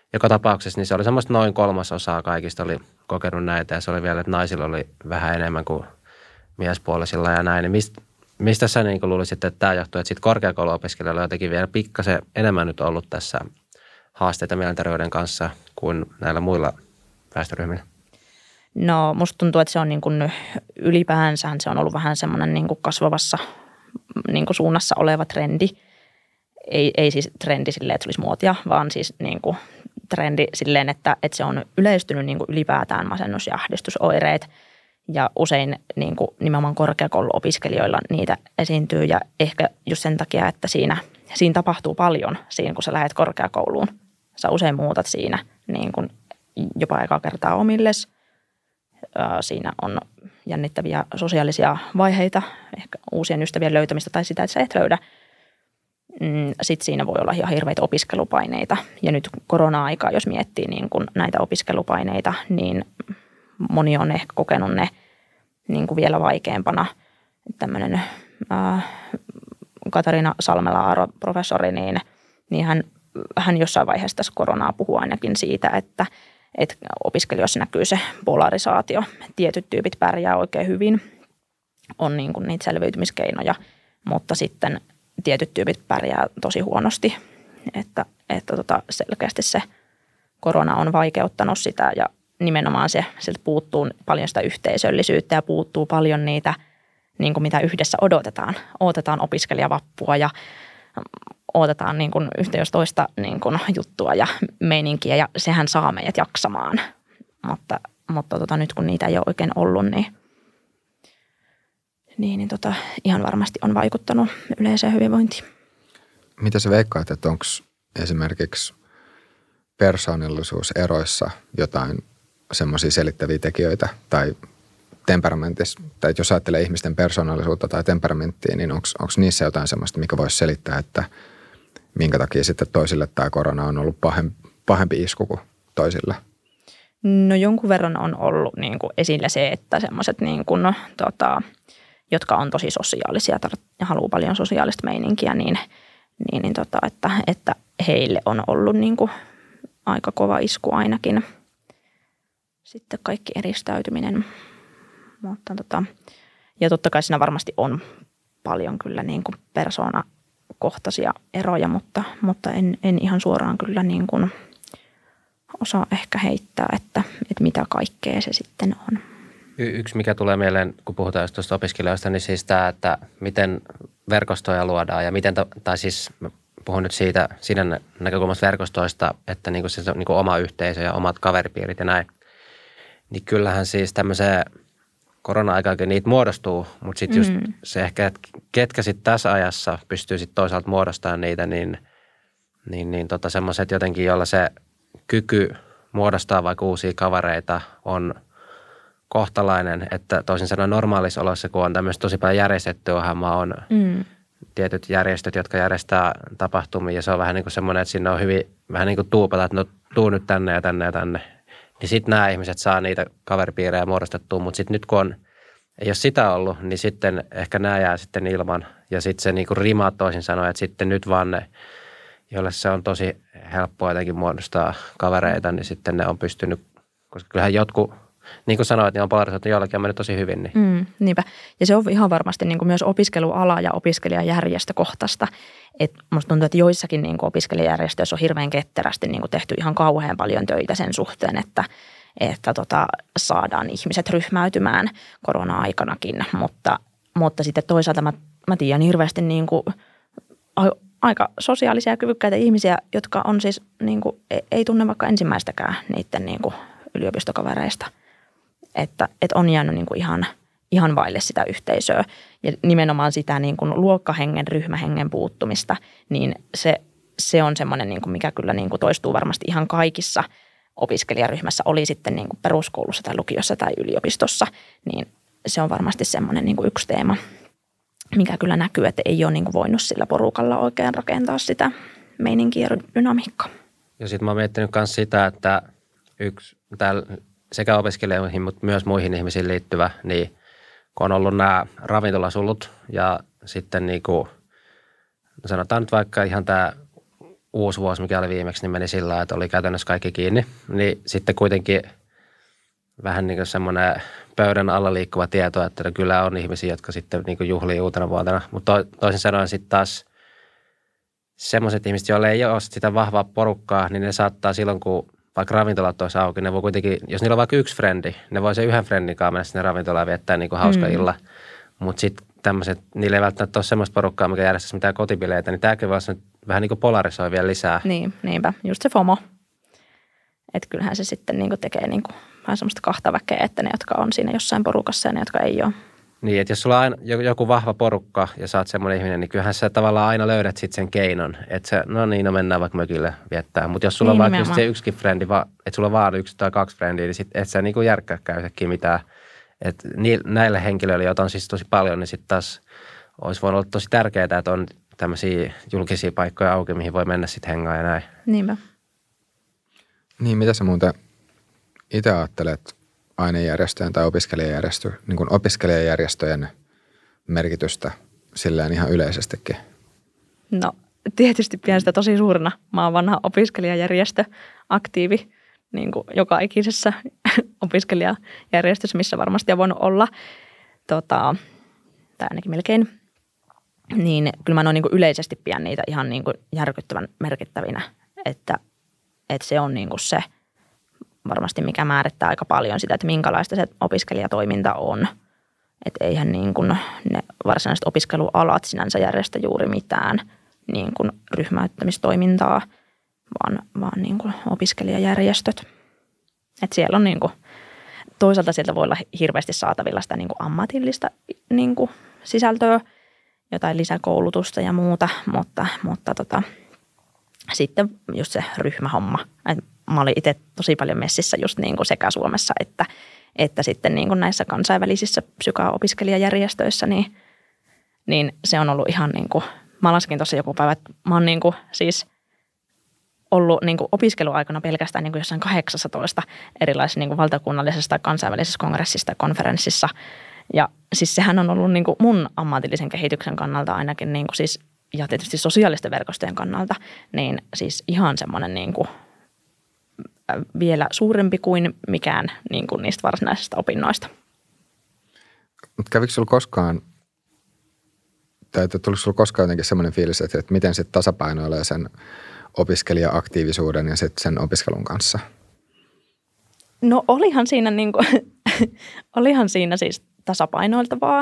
S1: joka tapauksessa niin se oli semmoista noin kolmasosaa kaikista oli kokenut näitä ja se oli vielä, että naisilla oli vähän enemmän kuin miespuolisilla ja näin. Niin mistä, mistä sä niin luulisit, että tämä johtuu, että sitten korkeakouluopiskelijoilla on jotenkin vielä pikkasen enemmän nyt ollut tässä haasteita mielenterveyden kanssa kuin näillä muilla väestöryhmillä?
S2: No musta tuntuu, että se on niin kuin ylipäänsä se on ollut vähän semmoinen niin kuin kasvavassa niin kuin suunnassa oleva trendi. Ei, ei siis trendi silleen, että se olisi muotia, vaan siis niin kuin trendi silleen, että, että se on yleistynyt niin kuin ylipäätään masennus- ja ahdistusoireet. Ja usein niin kuin nimenomaan korkeakouluopiskelijoilla niitä esiintyy ja ehkä just sen takia, että siinä, siinä tapahtuu paljon siinä, kun sä lähdet korkeakouluun. Sä usein muutat siinä niin kuin jopa aika kertaa omilles. Siinä on jännittäviä sosiaalisia vaiheita, ehkä uusien ystävien löytämistä tai sitä, että sä et löydä. Sitten siinä voi olla ihan hirveitä opiskelupaineita. Ja nyt korona-aikaa, jos miettii niin kun näitä opiskelupaineita, niin moni on ehkä kokenut ne niin kuin vielä vaikeampana. Tämmöinen ää, Katariina Salmela-Aaro, professori, niin, niin hän, hän jossain vaiheessa tässä koronaa puhuu ainakin siitä, että, että opiskelijoissa näkyy se polarisaatio. Tietyt tyypit pärjää oikein hyvin, on niin kuin niitä selviytymiskeinoja, mutta sitten tietyt tyypit pärjää tosi huonosti. Että, että tota selkeästi se korona on vaikeuttanut sitä ja nimenomaan se, sieltä puuttuu paljon sitä yhteisöllisyyttä ja puuttuu paljon niitä, niin kuin mitä yhdessä odotetaan. Odotetaan opiskelijavappua ja odotetaan niin kuin yhtä jos toista niin kuin juttua ja meininkiä ja sehän saa meidät jaksamaan. Mutta, mutta tota, nyt kun niitä ei ole oikein ollut, niin, niin, niin tota, ihan varmasti on vaikuttanut yleiseen hyvinvointiin.
S3: Mitä sä veikkaat, että onko esimerkiksi persoonallisuuseroissa jotain semmoisia selittäviä tekijöitä tai temperamentissa, tai jos ajattelee ihmisten persoonallisuutta tai temperamenttia, niin onko niissä jotain semmoista, mikä voisi selittää, että minkä takia sitten toisille tämä korona on ollut pahempi, pahempi isku kuin toisille?
S2: No jonkun verran on ollut niin kuin esillä se, että semmoiset, niin kuin, no, tota, jotka on tosi sosiaalisia ja haluaa paljon sosiaalista meininkiä, niin, niin, niin tota, että, että heille on ollut niin kuin aika kova isku ainakin. Sitten kaikki eristäytyminen. Mutta tota, ja totta kai siinä varmasti on paljon kyllä niin kuin persoonakohtaisia eroja, mutta, mutta en, en ihan suoraan kyllä niin kuin osaa ehkä heittää, että, että mitä kaikkea se sitten on.
S1: Y- yksi, mikä tulee mieleen, kun puhutaan just tuosta opiskelijoista, niin siis tämä, että miten verkostoja luodaan ja miten, tai siis puhun nyt siitä, siinä näkökulmasta verkostoista, että niinku se on niinku oma yhteisö ja omat kaveripiirit ja näin. Niin kyllähän siis tämmöiseen korona-aikaankin niitä muodostuu, mutta sitten just mm. se ehkä, että ketkä sitten tässä ajassa pystyy sitten toisaalta muodostamaan niitä, niin, niin, niin tota semmoiset jotenkin, jolla se kyky muodostaa vaikka uusia kavereita on kohtalainen, että toisin sanoen normaalissa oloissa, kun on tämmöistä tosi paljon järjestettyä ohjelmaa, on mm. tietyt järjestöt, jotka järjestää tapahtumia ja se on vähän niin kuin semmoinen, että sinne on hyvin vähän niin kuin tuupata, että no tuu nyt tänne ja tänne ja tänne. Niin sitten nämä ihmiset saa niitä kaveripiirejä muodostettua, mutta sitten nyt kun on, ei ole sitä ollut, niin sitten ehkä nämä jää sitten ilman. Ja sitten se niinku rimaa toisin sanoen, että sitten nyt vaan ne, joille se on tosi helppoa jotenkin muodostaa kavereita, niin sitten ne on pystynyt, koska kyllähän jotkut, niin kuin sanoit, niin on polarisoitu jollakin on mennyt tosi hyvin. Niin.
S2: Mm, niinpä. Ja se on ihan varmasti niin kuin myös opiskeluala ja opiskelijajärjestökohtaista. Että musta tuntuu, että joissakin niin kuin opiskelijajärjestöissä on hirveän ketterästi niin kuin tehty ihan kauhean paljon töitä sen suhteen, että, että tota, saadaan ihmiset ryhmäytymään korona-aikanakin. Mutta, mutta sitten toisaalta mä, mä tiedän hirveästi niin kuin aika sosiaalisia ja kyvykkäitä ihmisiä, jotka on siis niin kuin, ei tunne vaikka ensimmäistäkään niiden niin kuin yliopistokavereista. Että, että on jäänyt niin kuin ihan, ihan vaille sitä yhteisöä ja nimenomaan sitä niin kuin luokkahengen, ryhmähengen puuttumista, niin se, se on semmoinen, niin kuin mikä kyllä niin kuin toistuu varmasti ihan kaikissa opiskelijaryhmässä, oli sitten niin kuin peruskoulussa tai lukiossa tai yliopistossa, niin se on varmasti semmoinen niin kuin yksi teema, mikä kyllä näkyy, että ei ole niin kuin voinut sillä porukalla oikein rakentaa sitä meininkiä ja dynamiikkaa. Ja
S1: sitten mä oon miettinyt myös sitä, että yksi täällä sekä opiskelijoihin, mutta myös muihin ihmisiin liittyvä, niin kun on ollut nämä ravintolasulut ja sitten niin kuin, sanotaan nyt vaikka ihan tämä uusi vuosi, mikä oli viimeksi, niin meni sillä lailla, että oli käytännössä kaikki kiinni. Niin sitten kuitenkin vähän niin kuin semmoinen pöydän alla liikkuva tieto, että no kyllä on ihmisiä, jotka sitten niin kuin juhlii uutena vuotena. Mutta to, toisin sanoen sitten taas semmoiset ihmiset, joille ei ole sitä vahvaa porukkaa, niin ne saattaa silloin, kun vaikka ravintolat olisi auki, ne voi kuitenkin, jos niillä on vaikka yksi frendi, ne voi se yhden frendin kanssa mennä sinne ravintolaan viettää niin kuin hauska mm. illa. Mutta sitten tämmöiset, niillä ei välttämättä ole semmoista porukkaa, mikä järjestäisi mitään kotibileitä, niin tämäkin voi vähän niin kuin polarisoi vielä lisää.
S2: Niin, niinpä. Just se FOMO. Että kyllähän se sitten niin kuin tekee niin kuin vähän semmoista kahta väkeä, että ne, jotka on siinä jossain porukassa ja ne, jotka ei ole.
S1: Niin, että jos sulla on aina joku vahva porukka ja sä oot semmoinen ihminen, niin kyllähän sä tavallaan aina löydät sitten sen keinon. Että sä, no niin, no mennään vaikka mökille viettää. Mutta jos sulla niin, on vaikka just se yksikin frendi, että sulla on vaan yksi tai kaksi frendiä, niin sit et sä niinku järkkääkään yhtäkkiä mitään. Että näille henkilöille, joita on siis tosi paljon, niin sitten taas olisi voinut olla tosi tärkeää, että on tämmöisiä julkisia paikkoja auki, mihin voi mennä sitten hengaa ja näin.
S2: Niinpä.
S3: Niin, mitä sä muuten itse ajattelet ainejärjestöjen tai opiskelijajärjestö, niin kuin opiskelijajärjestöjen merkitystä silleen ihan yleisestikin?
S2: No tietysti pidän sitä tosi suurena. Mä oon vanha opiskelijajärjestö, aktiivi niin kuin joka ikisessä opiskelijajärjestössä, missä varmasti on voinut olla, tota, tai ainakin melkein. Niin kyllä mä noin niin kuin yleisesti pidän niitä ihan niin kuin järkyttävän merkittävinä, että, että se on niin kuin se varmasti mikä määrittää aika paljon sitä, että minkälaista se opiskelijatoiminta on. Että eihän niin kuin ne varsinaiset opiskelualat sinänsä järjestä juuri mitään niin kuin ryhmäyttämistoimintaa, vaan, vaan niin kuin opiskelijajärjestöt. Että siellä on niin kuin, toisaalta sieltä voi olla hirveästi saatavilla sitä niin kuin ammatillista niin kuin sisältöä, jotain lisäkoulutusta ja muuta, mutta, mutta tota, sitten just se ryhmähomma. Et mä olin itse tosi paljon messissä just niin kuin sekä Suomessa että, että sitten niin kuin näissä kansainvälisissä psyka-opiskelijajärjestöissä, niin, niin se on ollut ihan niin kuin, mä laskin tuossa joku päivä, että mä oon niin kuin siis ollut niin kuin opiskeluaikana pelkästään niin kuin jossain kahdeksantoista erilaisessa niin kuin valtakunnallisessa tai kansainvälisessä kongressissa tai konferenssissa. Ja siis sehän on ollut niin kuin mun ammatillisen kehityksen kannalta ainakin niin kuin siis, ja tietysti sosiaalisten verkostojen kannalta, niin siis ihan semmoinen niin kuin vielä suurempi kuin mikään niin kuin niistä varsinaisista opinnoista.
S3: Mutta kävikö sinulla koskaan, tai tuliko sinulla koskaan jotenkin semmoinen fiilis, että, että miten sitten tasapainoilee sen opiskelija-aktiivisuuden ja sitten sen opiskelun kanssa?
S2: No olihan siinä, niin kuin, olihan siinä siis tasapainoiltavaa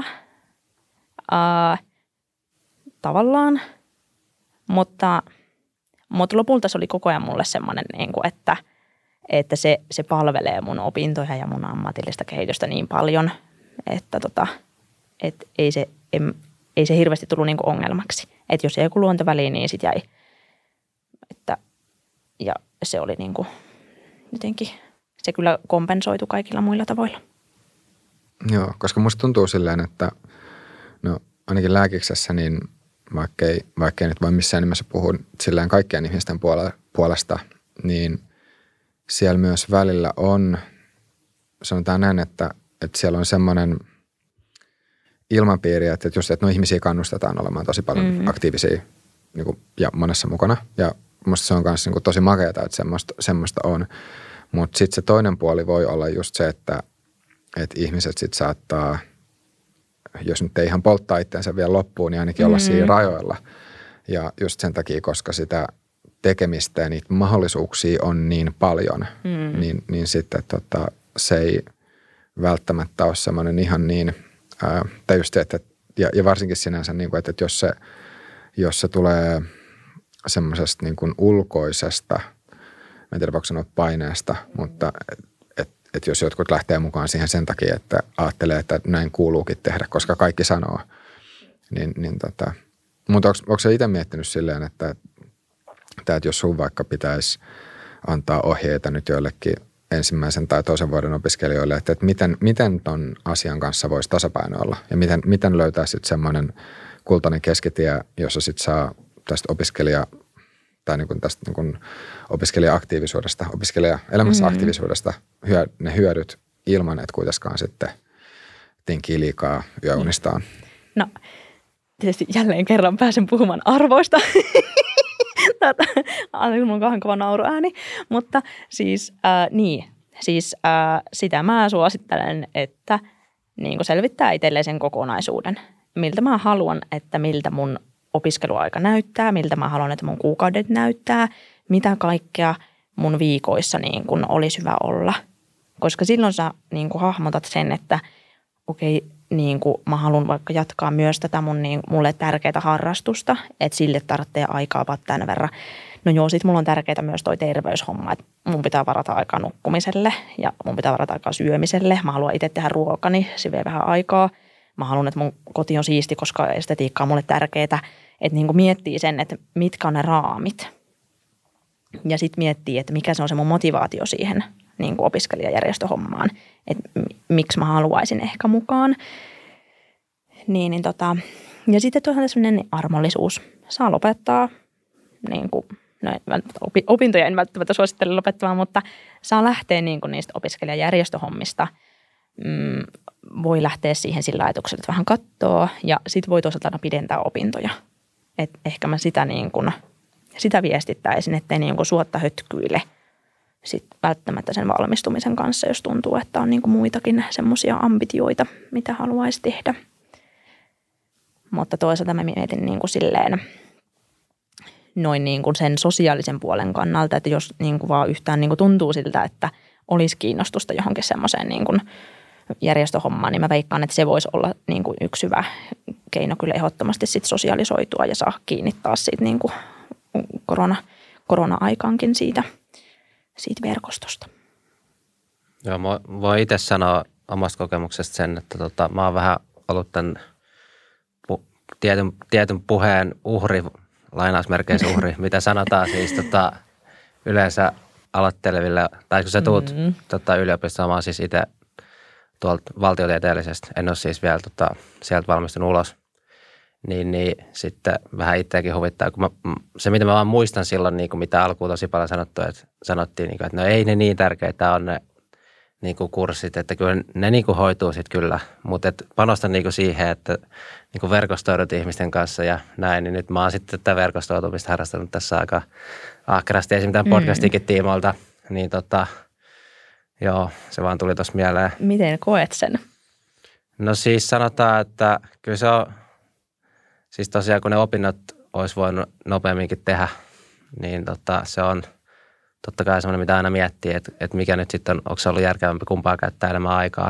S2: ää, tavallaan, mutta, mutta lopulta se oli koko ajan mulle semmoinen, niin kuin, että, että se, se palvelee mun opintoja ja mun ammatillista kehitystä niin paljon, että tota, et ei, se, ei, ei se hirveästi tullut niin kuin ongelmaksi. Että jos ei joku luontoväliin, niin sit jäi. Että, ja se oli niin kuin jotenkin, se kyllä kompensoitu kaikilla muilla tavoilla.
S3: Joo, koska musta tuntuu silleen, että no ainakin lääkiksessä, niin vaikkei, vaikkei nyt voi missään nimessä puhu silleen kaikkien ihmisten puolesta, niin siellä myös välillä on, sanotaan näin, että, että siellä on semmoinen ilmapiiri, että just, että no ihmisiä kannustetaan olemaan tosi paljon mm-hmm. aktiivisia niin kuin, ja monessa mukana. Ja musta se on myös niin kuin, tosi makeata, että semmoista, semmoista on. Mutta sitten se toinen puoli voi olla just se, että, että ihmiset sitten saattaa, jos nyt ei ihan polttaa itseänsä vielä loppuun, niin ainakin olla mm-hmm. siinä rajoilla. Ja just sen takia, koska sitä tekemistä ja niitä mahdollisuuksia on niin paljon, mm. niin, niin sitten tota, se ei välttämättä ole semmoinen ihan niin, ää, tai just, että, ja, ja varsinkin sinänsä, niin kuin, että, että jos, se, jos se tulee semmoisesta niin kuin ulkoisesta, en tiedä voiko sanoa paineesta, mutta että et, et jos jotkut lähtee mukaan siihen sen takia, että ajattelee, että näin kuuluukin tehdä, koska kaikki sanoo, niin, niin tota, mutta onko, onko se itse miettinyt silleen, että Tämä, että jos sun vaikka pitäisi antaa ohjeita nyt joillekin ensimmäisen tai toisen vuoden opiskelijoille, että, että miten, miten ton asian kanssa voisi tasapainoilla ja miten, miten löytää sitten semmoinen kultainen keskitie, jossa sitten saa tästä opiskelija tai niin kuin tästä niin kuin opiskelija-aktiivisuudesta, opiskelija-elämässä mm-hmm. aktiivisuudesta hyö, ne hyödyt ilman, että kuitenkaan sitten tinkii liikaa yöunistaan.
S2: No tietysti jälleen kerran pääsen puhumaan arvoista. Anteeksi, mulla on kauhean kova nauruääni. Mutta siis äh, niin, siis äh, sitä mä suosittelen, että niin kuin selvittää itselleen sen kokonaisuuden. Miltä mä haluan, että miltä mun opiskeluaika näyttää, miltä mä haluan, että mun kuukaudet näyttää, mitä kaikkea mun viikoissa niin kuin olisi hyvä olla. Koska silloin sä niin kuin hahmotat sen, että okei, niin kuin mä haluan vaikka jatkaa myös tätä mun, niin, mulle tärkeää harrastusta, että sille tarvitsee aikaa vaan tämän verran. No joo, sit mulla on tärkeää myös toi terveyshomma, että mun pitää varata aikaa nukkumiselle ja mun pitää varata aikaa syömiselle. Mä haluan itse tehdä ruokani, se vie vähän aikaa. Mä haluan, että mun koti on siisti, koska estetiikka on mulle tärkeää. Että niin kuin miettii sen, että mitkä on ne raamit. Ja sitten miettii, että mikä se on se mun motivaatio siihen niin kuin opiskelijajärjestöhommaan. Että miksi mä haluaisin ehkä mukaan. Niin, niin tota. Ja sitten toisaalta sellainen armollisuus. Saa lopettaa, niin kuin, no opintoja en välttämättä suosittele lopettamaan, mutta saa lähteä niin kuin niistä opiskelijajärjestöhommista. Mm, voi lähteä siihen sillä ajatuksella, että vähän kattoo ja sitten voi toisaalta aina pidentää opintoja. Et ehkä mä sitä, niin kuin, sitä viestittäisin, ettei niin kuin suotta hötkyile sit välttämättä sen valmistumisen kanssa, jos tuntuu, että on niin kuin muitakin semmoisia ambitioita, mitä haluaisi tehdä. Mutta toisaalta mä mietin niin kuin silleen noin niin kuin sen sosiaalisen puolen kannalta, että jos niin kuin vaan yhtään niin kuin tuntuu siltä, että olisi kiinnostusta johonkin semmoiseen niin kuin järjestöhommaan, niin mä veikkaan, että se voisi olla niin kuin yksi hyvä keino kyllä ehdottomasti sit sosialisoitua ja saa kiinni taas siitä niin kuin korona, korona-aikaankin siitä, siitä verkostosta.
S1: Joo, mä voin itse sanoa omasta kokemuksesta sen, että tota, mä oon vähän ollut tämän pu- tietyn, tietyn puheen uhri, lainausmerkeissä uhri, mitä sanotaan siis tota, yleensä aloitteleville, tai kun sä tuut mm. tota, yliopistoon, mä oon siis itse tuolta valtiotieteellisestä, en ole siis vielä tota, sieltä valmistunut ulos, niin, niin sitten vähän itseäkin huvittaa. Kun mä, se, mitä mä vaan muistan silloin, niin kuin mitä alkuun tosi paljon sanottu, että sanottiin, niin kuin, että no ei ne niin tärkeitä on ne niin kuin kurssit, että kyllä ne niin kuin hoituu sitten kyllä, mutta et panostan niin kuin siihen, että niin kuin verkostoidut ihmisten kanssa ja näin, niin nyt mä oon sitten tätä verkostoitumista harrastanut tässä aika ahkerasti, esimerkiksi tämän podcastikin mm. tiimoilta, niin tota, joo, se vaan tuli tuossa mieleen.
S2: Miten koet sen?
S1: No siis sanotaan, että kyllä se on, siis tosiaan kun ne opinnot olisi voinut nopeamminkin tehdä, niin tota, se on totta kai semmoinen, mitä aina miettii, että, että mikä nyt sitten on, onko se ollut järkevämpi kumpaa käyttää enemmän aikaa.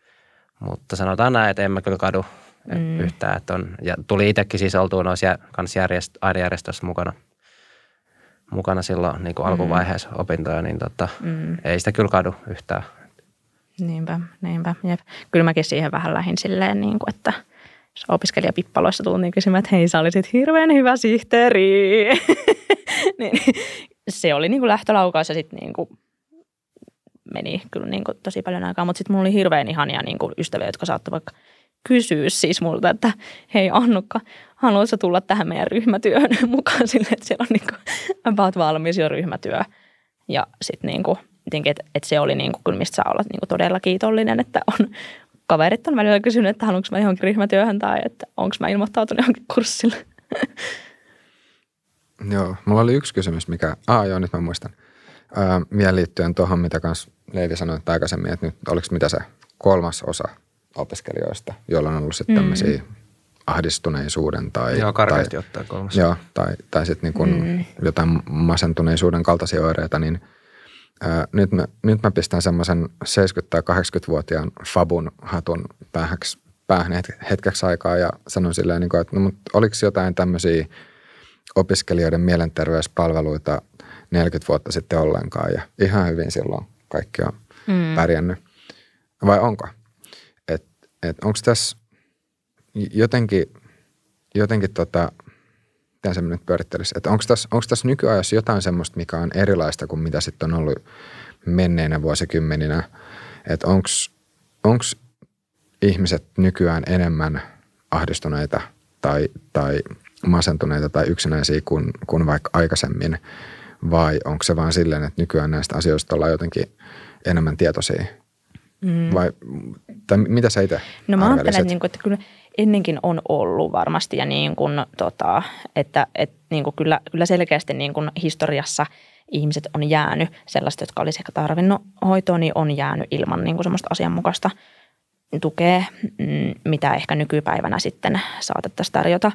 S1: Mutta sanotaan näin, että en mä kyllä kadu mm. yhtään. Että on, ja tuli itsekin siis oltua noissa kanssa järjest, ainejärjestössä mukana, mukana silloin niin kuin mm. alkuvaiheessa opintoja, niin tota, mm. ei sitä kyllä kadu yhtään.
S2: Niinpä, niinpä. Jep. Kyllä mäkin siihen vähän lähdin silleen, niin kuin, että jos opiskelijapippaloissa tultiin kysymään, että hei, sä olisit hirveän hyvä sihteeri. niin, se oli niin kuin lähtölaukaus ja sitten niin kuin meni kyllä niin kuin tosi paljon aikaa. Mutta sitten mulla oli hirveän ihania niin kuin ystäviä, jotka saattoi vaikka kysyä siis multa, että hei Annukka, haluatko tulla tähän meidän ryhmätyöhön mukaan silleen, että siellä on niin kuin about valmis jo ryhmätyö. Ja sitten niin kuin, että, että se oli niin kuin, kyllä mistä saa olla niin kuin todella kiitollinen, että on kaverit on välillä kysynyt, että haluanko mä johonkin ryhmätyöhön tai että onko mä ilmoittautunut johonkin kurssille.
S3: Joo, mulla oli yksi kysymys, mikä, aa joo, nyt mä muistan. Ää, vielä liittyen tuohon, mitä kans Leivi sanoi aikaisemmin, että nyt oliko mitä se kolmas osa opiskelijoista, joilla on ollut sitten tämmöisiä mm. ahdistuneisuuden tai...
S1: Joo, karkeasti ottaa kolmas.
S3: Joo, tai, tai sitten niin kuin mm. jotain masentuneisuuden kaltaisia oireita, niin ää, nyt, mä, nyt mä pistän semmoisen seitsemänkymmentä- tai kahdeksankymmentävuotiaan fabun hatun päähäksi, päähän hetkeksi aikaa ja sanon silleen, niin kuin, että no, mutta oliko jotain tämmöisiä opiskelijoiden mielenterveyspalveluita neljäkymmentä vuotta sitten ollenkaan ja ihan hyvin silloin kaikki on mm. pärjännyt. Vai onko? Että et onko tässä jotenkin, jotenkin tota, miten se nyt pyörittelisi, että onko tässä, onko tässä nykyajassa jotain semmoista, mikä on erilaista kuin mitä sitten on ollut menneinä vuosikymmeninä, että onko ihmiset nykyään enemmän ahdistuneita tai, tai masentuneita tai yksinäisiä kuin, kuin vaikka aikaisemmin, vai onko se vaan silleen, että nykyään näistä asioista ollaan jotenkin enemmän tietoisia? Mm. Vai, tai mitä sä itse
S2: No mä ajattelen, että, niin kuin, että kyllä ennenkin on ollut varmasti ja niin kuin, tota, että et, niin kuin kyllä, kyllä selkeästi niin kuin historiassa ihmiset on jäänyt, sellaiset, jotka olisi ehkä tarvinnut hoitoa, niin on jäänyt ilman niin kuin semmoista asianmukaista tukea, mitä ehkä nykypäivänä sitten saatettaisiin tarjota.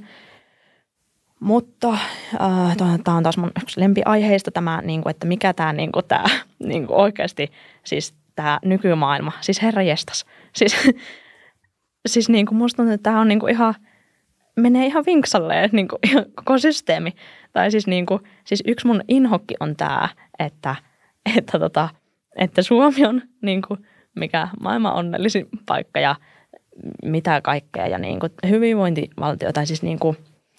S2: Mutta äh, tämä on taas mun yksi lempiaiheista tämä, niin kuin, että mikä tämä, niin kuin, tämä niin kuin oikeasti, siis tämä nykymaailma, siis herranjestas, siis Siis niin kuin musta tuntuu, että tämä on niin kuin ihan, menee ihan vinksalleen niin kuin ihan koko systeemi. Tai siis, niin kuin, siis yksi mun inhokki on tämä, että, että, tota, että Suomi on niin kuin mikä maailman onnellisin paikka ja mitä kaikkea. Ja niin kuin hyvinvointivaltio, tai siis niin kuin,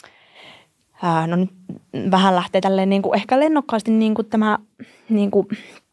S2: ää, no nyt vähän lähtee tälleen niin kuin ehkä lennokkaasti niin kuin tämä niin kuin,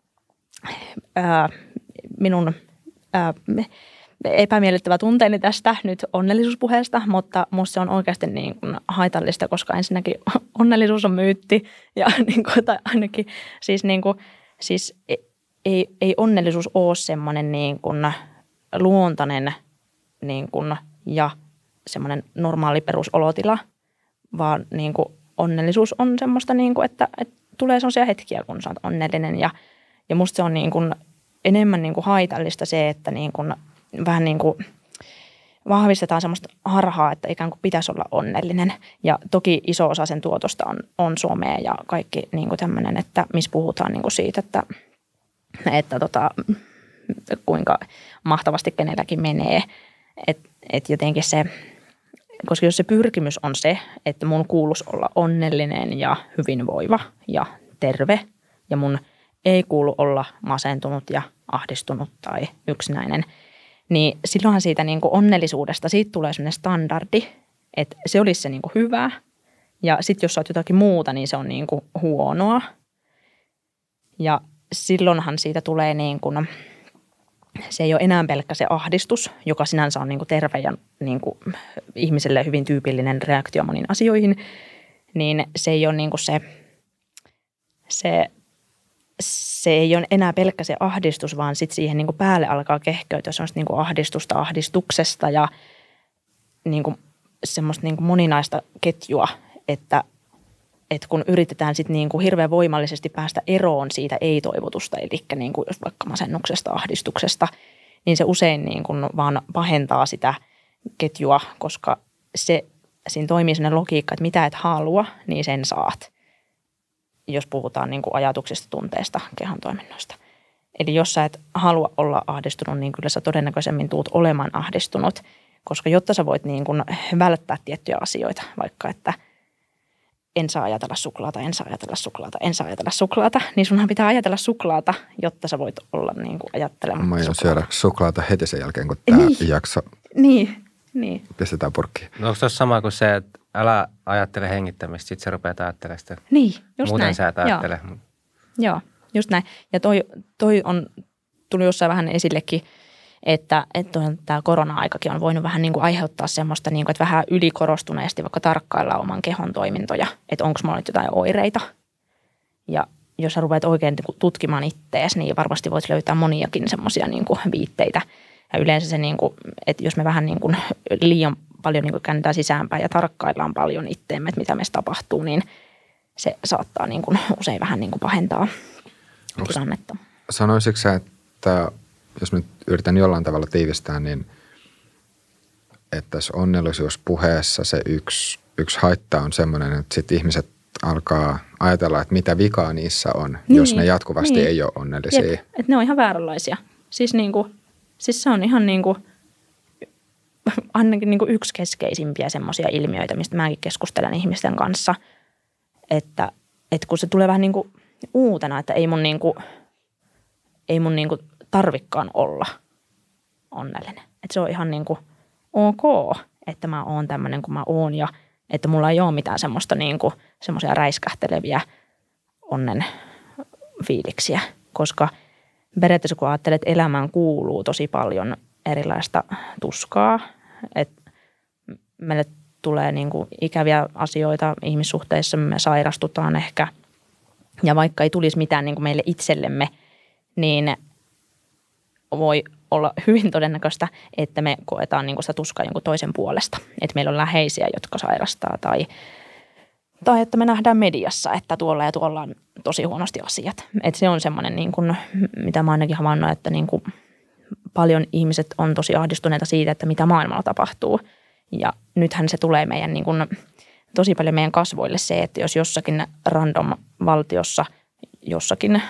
S2: ää, minun ää, epämiellyttävä tunteeni tästä nyt onnellisuuspuheesta, mutta musta se on oikeasti niin kuin haitallista, koska ensinnäkin onnellisuus on myytti ja niin kuin, tai ainakin siis, niin kuin, siis ei, ei onnellisuus ole semmoinen niin kuin luontainen niin kuin, ja semmoinen normaali perusolotila, vaan niin kuin onnellisuus on semmoista, niin kuin, että, että tulee sellaisia hetkiä, kun sä oot onnellinen ja, ja musta se on niin kuin enemmän niin kuin haitallista se, että niin kuin vähän niin kuin vahvistetaan semmoista harhaa, että ikään kuin pitäisi olla onnellinen. Ja toki iso osa sen tuotosta on, on Suomea ja kaikki niin kuin tämmöinen, että missä puhutaan niin kuin siitä, että, että tota, kuinka mahtavasti kenelläkin menee. Että et jotenkin se, koska jos se pyrkimys on se, että mun kuuluisi olla onnellinen ja hyvinvoiva ja terve ja mun ei kuulu olla masentunut ja ahdistunut tai yksinäinen, niin silloinhan siitä niin kuin onnellisuudesta, siitä tulee sellainen standardi, että se olisi se niin kuin hyvä. Ja sitten jos sä oot jotakin muuta, niin se on niin kuin huonoa. Ja silloinhan siitä tulee niin kuin, se ei ole enää pelkkä se ahdistus, joka sinänsä on niin kuin terve ja niin kuin ihmiselle hyvin tyypillinen reaktio moniin asioihin. Niin se ei ole niin kuin se, se se ei ole enää pelkkä se ahdistus, vaan sitten siihen niin kuin päälle alkaa kehkeytyä semmoista niin kuin ahdistusta ahdistuksesta ja niin kuin semmoista niin kuin moninaista ketjua, että, että kun yritetään sitten niin kuin hirveän voimallisesti päästä eroon siitä ei-toivotusta, eli niin kuin jos vaikka masennuksesta, ahdistuksesta, niin se usein niin kuin vaan pahentaa sitä ketjua, koska se, siinä toimii sellainen logiikka, että mitä et halua, niin sen saat. Jos puhutaan niin kuin ajatuksista, tunteista, kehon toiminnoista. Eli jos sä et halua olla ahdistunut, niin kyllä sä todennäköisemmin tuut olemaan ahdistunut, koska jotta sä voit niin kuin välttää tiettyjä asioita, vaikka että en saa ajatella suklaata, en saa ajatella suklaata, en saa ajatella suklaata, niin sunhan pitää ajatella suklaata, jotta sä voit olla niin kuin ajattelematta
S3: Mä aion
S2: suklaata.
S3: syödä suklaata heti sen jälkeen, kun tämä
S2: niin.
S3: jakso
S2: niin. Niin.
S3: pistetään purkkiin.
S1: No onko tuossa sama kuin se, että älä ajattele hengittämistä, sitten sä rupeat ajattelemaan sitä.
S2: Niin, just
S1: Muuten
S2: näin.
S1: sä et ajattele.
S2: Joo. Joo, just näin. Ja toi, toi on tullut jossain vähän esillekin, että, että tämä korona-aikakin on voinut vähän niin kuin aiheuttaa semmoista, niin kuin, että vähän ylikorostuneesti vaikka tarkkaillaan oman kehon toimintoja, että onko mulla nyt jotain oireita. Ja jos sä rupeat oikein tutkimaan itteesi, niin varmasti voit löytää moniakin semmoisia niin kuin viitteitä. Ja yleensä se, niin kuin, että jos me vähän niin kuin liian paljon niin kuin käännetään sisäänpäin ja tarkkaillaan paljon itteemme, että mitä meissä tapahtuu, niin se saattaa niin kuin usein vähän niin kuin pahentaa Onks, tilannetta.
S3: Sanoisitko sä, että jos nyt yritän jollain tavalla tiivistää, niin että tässä onnellisuuspuheessa se yksi, yksi haitta on semmoinen, että sitten ihmiset alkaa ajatella, että mitä vikaa niissä on, niin, jos ne jatkuvasti niin. ei ole onnellisia.
S2: Jep, että ne on ihan vääränlaisia. Siis, niin kuin, siis se on ihan niin kuin, ainakin niin kuin yksi keskeisimpiä semmoisia ilmiöitä, mistä mäkin keskustelen ihmisten kanssa, että, että kun se tulee vähän niin kuin uutena, että ei mun, niin kuin, ei mun niin kuin tarvikkaan olla onnellinen. Että se on ihan niin kuin ok, että mä oon tämmöinen kuin mä oon ja että mulla ei ole mitään semmoista niin kuin semmoisia räiskähteleviä onnen fiiliksiä, koska periaatteessa kun ajattelet, että elämään kuuluu tosi paljon erilaista tuskaa, että meille tulee niin kuin ikäviä asioita ihmissuhteissa, me sairastutaan ehkä ja vaikka ei tulisi mitään niin kuin meille itsellemme, niin voi olla hyvin todennäköistä, että me koetaan niin kuin sitä tuskaa jonkun toisen puolesta. Että meillä on läheisiä, jotka sairastaa tai, tai että me nähdään mediassa, että tuolla ja tuolla on tosi huonosti asiat. Että se on semmoinen, niin kuin, mitä mä ainakin havainnut, että niin kuin paljon ihmiset on tosi ahdistuneita siitä, että mitä maailmalla tapahtuu. Ja nythän se tulee meidän niin kuin, tosi paljon meidän kasvoille se, että jos jossakin random valtiossa jossakin,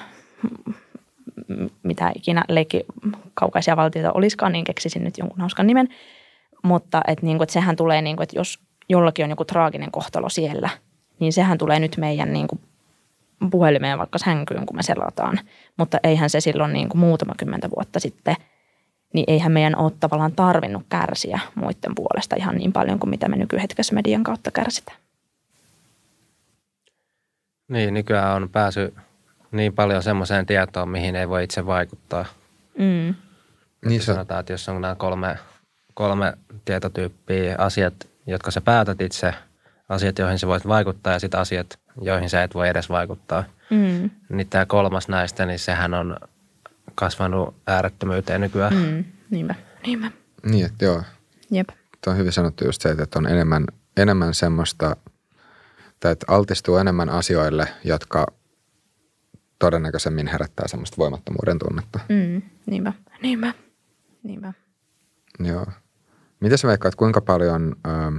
S2: mitä ikinä leikki kaukaisia valtioita olisikaan, niin keksisin nyt jonkun hauskan nimen. Mutta että, niin kuin, että sehän tulee, niin kuin, että jos jollakin on joku traaginen kohtalo siellä, niin sehän tulee nyt meidän niin kuin, puhelimeen vaikka sänkyyn, kun me selataan. Mutta eihän se silloin niin kuin, muutama kymmentä vuotta sitten, niin eihän meidän ole tavallaan tarvinnut kärsiä muiden puolesta ihan niin paljon kuin mitä me nykyhetkessä median kautta kärsitään.
S1: Niin, nykyään on päässyt niin paljon semmoiseen tietoon, mihin ei voi itse vaikuttaa.
S2: Mm.
S1: Niin sanotaan, että jos on nämä kolme, kolme tietotyyppiä, asiat, jotka sä päätät itse, asiat, joihin sä voit vaikuttaa ja sitten asiat, joihin sä et voi edes vaikuttaa.
S2: Mm.
S1: Niin tämä kolmas näistä, niin sehän on kasvanut äärettömyyteen nykyään.
S2: Mm. Niinpä, niinpä.
S3: Niin, että joo.
S2: Jep.
S3: Tuo on hyvin sanottu just se, että on enemmän, enemmän semmoista, tai että altistuu enemmän asioille, jotka todennäköisemmin herättää semmoista voimattomuuden tunnetta.
S2: Mm. Niinpä, niinpä, niinpä.
S3: Joo. Miten sä veikkaat, kuinka paljon ähm,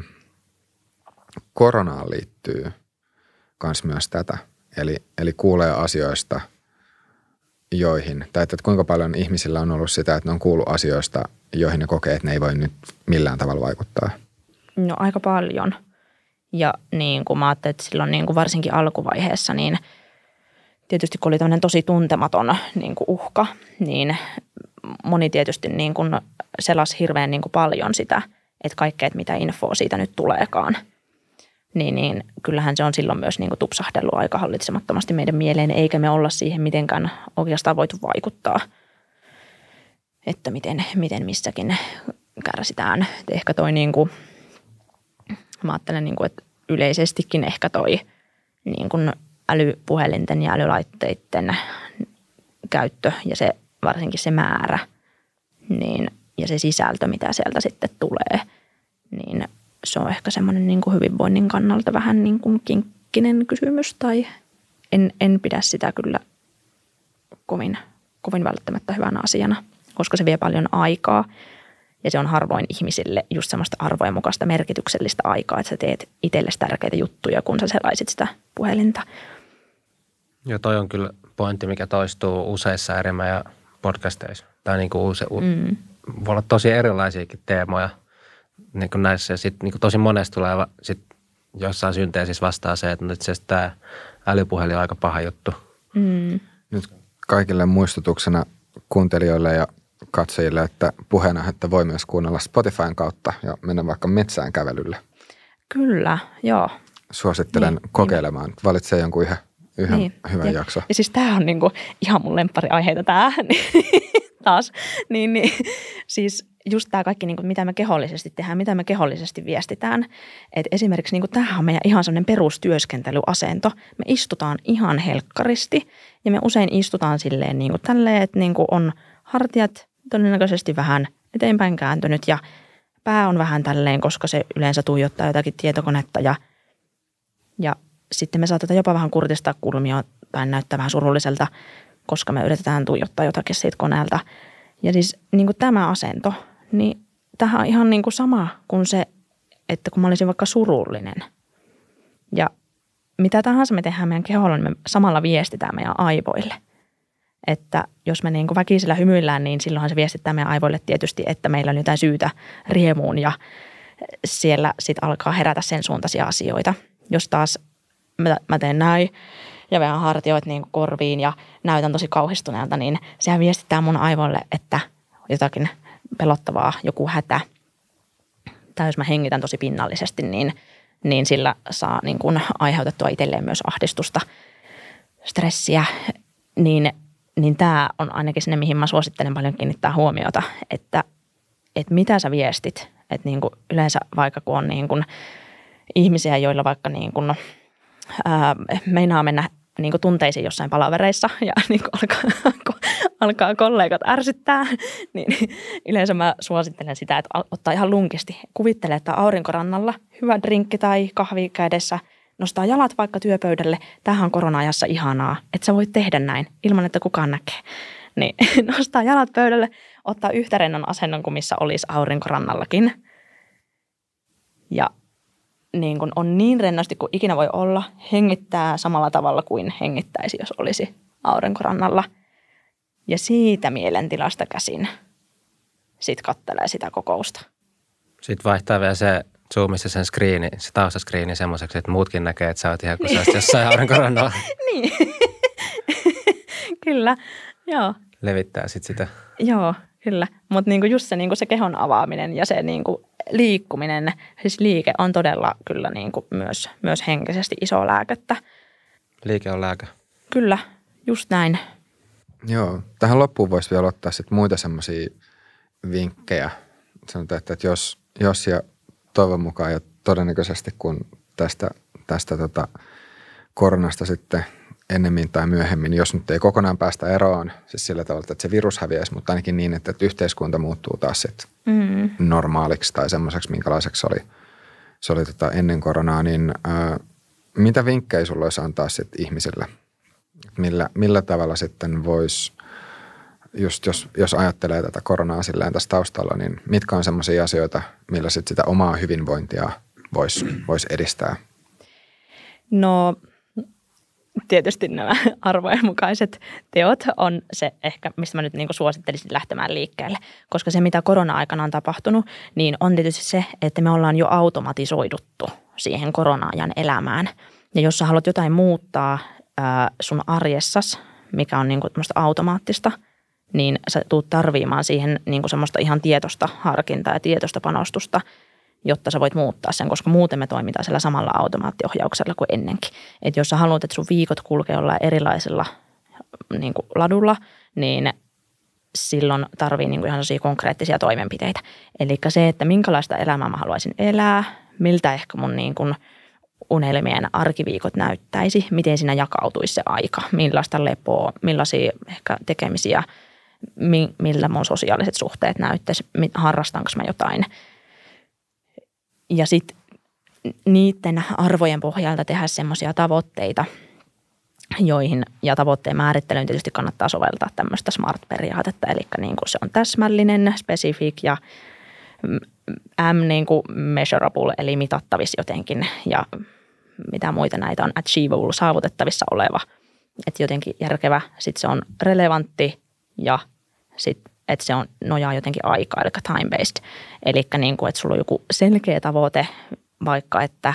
S3: koronaan liittyy kans myös tätä? Eli, eli kuulee asioista, joihin, tai että kuinka paljon ihmisillä on ollut sitä, että ne on kuullut asioista, joihin ne kokee, että ne ei voi nyt millään tavalla vaikuttaa?
S2: No aika paljon. Ja niin kuin mä ajattelin, että silloin niin kuin varsinkin alkuvaiheessa, niin tietysti kun oli tämmöinen tosi tuntematon niin kuin uhka, niin moni tietysti niin kuin selasi hirveän niin kuin paljon sitä, että kaikkea, että mitä infoa siitä nyt tuleekaan. Niin, niin kyllähän se on silloin myös niin kuin tupsahdellut aika hallitsemattomasti meidän mieleen, eikä me olla siihen mitenkään oikeastaan voitu vaikuttaa, että miten, miten missäkin kärsitään. Et ehkä toi niin kuin, mä ajattelen, niin kuin, että yleisestikin ehkä toi niin kuin älypuhelinten ja älylaitteiden käyttö ja se varsinkin se määrä niin, ja se sisältö, mitä sieltä sitten tulee, niin se on ehkä semmoinen niin kuin hyvinvoinnin kannalta vähän niin kuin kinkkinen kysymys tai en, en pidä sitä kyllä kovin, kovin välttämättä hyvänä asiana, koska se vie paljon aikaa ja se on harvoin ihmisille just semmoista arvojen mukaista merkityksellistä aikaa, että sä teet itsellesi tärkeitä juttuja, kun sä selaisit sitä puhelinta.
S1: Joo, toi on kyllä pointti, mikä toistuu useissa eri meidän podcasteissa. Tai niin kuin use, mm. voi olla tosi erilaisiakin teemoja niin kuin näissä. Ja sitten niin kuin tosi monesti tulee sit jossain synteesissä vastaa se, että nyt se tämä älypuhelin on aika paha juttu.
S2: Mm.
S3: Nyt kaikille muistutuksena kuuntelijoille ja katsojille, että puheena, että voi myös kuunnella Spotifyn kautta ja mennä vaikka metsään kävelylle.
S2: Kyllä, joo.
S3: Suosittelen niin, kokeilemaan. Niin. Valitsee jonkun yhden, yhden niin. hyvän ja, jakson.
S2: Ja siis tämä on niinku ihan mun lemppariaiheita tämä taas. niin, niin, siis just tämä kaikki, niinku, mitä me kehollisesti tehdään, mitä me kehollisesti viestitään. Et esimerkiksi niinku, tämähän on meidän ihan sellainen perustyöskentelyasento. Me istutaan ihan helkkaristi ja me usein istutaan silleen niinku, tälleen, että niinku, on hartiat todennäköisesti vähän eteenpäin kääntynyt ja pää on vähän tälleen, koska se yleensä tuijottaa jotakin tietokonetta ja, ja sitten me saatetaan jopa vähän kurtistaa kulmia tai näyttää vähän surulliselta, koska me yritetään tuijottaa jotakin siitä koneelta. Ja siis niin kuin tämä asento, niin tämähän on ihan niin kuin sama kuin se, että kun mä olisin vaikka surullinen. Ja mitä tahansa me tehdään meidän keholla, niin me samalla viestitään meidän aivoille. Että jos me niin kuin väkisellä hymyillään, niin silloinhan se viestittää meidän aivoille tietysti, että meillä on jotain syytä riemuun ja siellä sitten alkaa herätä sen suuntaisia asioita. Jos taas mä, mä teen näin ja vähän hartioit niin kuin korviin ja näytän tosi kauhistuneelta, niin sehän viestittää mun aivoille, että jotakin pelottavaa, joku hätä. Tai jos mä hengitän tosi pinnallisesti, niin, niin sillä saa niin kuin aiheutettua itselleen myös ahdistusta, stressiä, niin niin tämä on ainakin sinne, mihin mä suosittelen paljon kiinnittää huomiota, että, että mitä sä viestit. Että niin kuin yleensä vaikka kun on niin kuin ihmisiä, joilla vaikka niin kuin, ää, meinaa mennä niin kuin tunteisiin jossain palavereissa ja niin kuin alkaa, alkaa kollegat ärsyttää, niin yleensä mä suosittelen sitä, että ottaa ihan lunkisti. Kuvittelee, että aurinkorannalla hyvä drinkki tai kahvi kädessä, nostaa jalat vaikka työpöydälle. Tämähän on korona-ajassa ihanaa, että sä voit tehdä näin ilman, että kukaan näkee. Niin nostaa jalat pöydälle, ottaa yhtä rennon asennon kuin missä olisi aurinkorannallakin. Ja niin kun on niin rennosti kuin ikinä voi olla, hengittää samalla tavalla kuin hengittäisi, jos olisi aurinkorannalla. Ja siitä mielentilasta käsin sitten kattelee sitä kokousta.
S1: Sitten vaihtaa vielä se Zoomissa sen screeni, se taustaskriini semmoiseksi, että muutkin näkee, että sä oot ihan kuin niin. Sä jossain aurinkorannalla.
S2: Niin, kyllä, joo.
S1: Levittää sitten sitä.
S2: Joo, kyllä. Mutta niinku just se, niinku se kehon avaaminen ja se niinku liikkuminen, siis liike on todella kyllä niinku myös, myös henkisesti iso lääkettä.
S1: Liike on lääke.
S2: Kyllä, just näin.
S3: Joo, tähän loppuun voisi vielä ottaa sitten muita semmoisia vinkkejä. Sanotaan, että jos, jos ja toivon mukaan ja todennäköisesti kun tästä, tästä tota koronasta sitten ennemmin tai myöhemmin, jos nyt ei kokonaan päästä eroon, siis sillä tavalla, että se virus häviäisi, mutta ainakin niin, että, että yhteiskunta muuttuu taas sitten mm. normaaliksi tai semmoiseksi, minkälaiseksi se oli, se oli tota ennen koronaa, niin ää, mitä vinkkejä sulla olisi antaa sitten ihmisille? Millä, millä tavalla sitten voisi, just jos, jos ajattelee tätä koronaa silleen tässä taustalla, niin mitkä on semmoisia asioita, millä sitten sitä omaa hyvinvointia voisi vois edistää?
S2: No tietysti nämä arvojen mukaiset teot on se ehkä, mistä mä nyt niin kuin suosittelisin lähtemään liikkeelle. Koska se, mitä korona-aikana on tapahtunut, niin on tietysti se, että me ollaan jo automatisoiduttu siihen korona-ajan elämään. Ja jos sä haluat jotain muuttaa ää, sun arjessas, mikä on niin kuin automaattista, niin sä tuut tarviimaan siihen niin kuin semmoista ihan tietoista harkintaa ja tietoista panostusta, jotta sä voit muuttaa sen, koska muuten me toimitaan sillä samalla automaattiohjauksella kuin ennenkin. Että jos sä haluat, että sun viikot kulkee jollain erilaisella niin kuin ladulla, niin silloin tarvii niin kuin ihan sellaisia konkreettisia toimenpiteitä. Eli se, että minkälaista elämää mä haluaisin elää, miltä ehkä mun niin kuin unelmien arkiviikot näyttäisi, miten siinä jakautuisi se aika, millaista lepoa, millaisia ehkä tekemisiä, millä mun sosiaaliset suhteet näyttäisi, harrastanko mä jotain. Ja sitten niiden arvojen pohjalta tehdä semmoisia tavoitteita, joihin ja tavoitteen määrittelyyn tietysti kannattaa soveltaa tämmöistä SMART-periaatetta, eli niin kuin se on täsmällinen, specific ja M niin kuin measurable, eli mitattavissa jotenkin ja mitä muita näitä on, achievable, saavutettavissa oleva, että jotenkin järkevä, sitten se on relevantti ja sitten että se on nojaa jotenkin aikaa, eli time-based. Eli niin kuin, että sulla on joku selkeä tavoite, vaikka että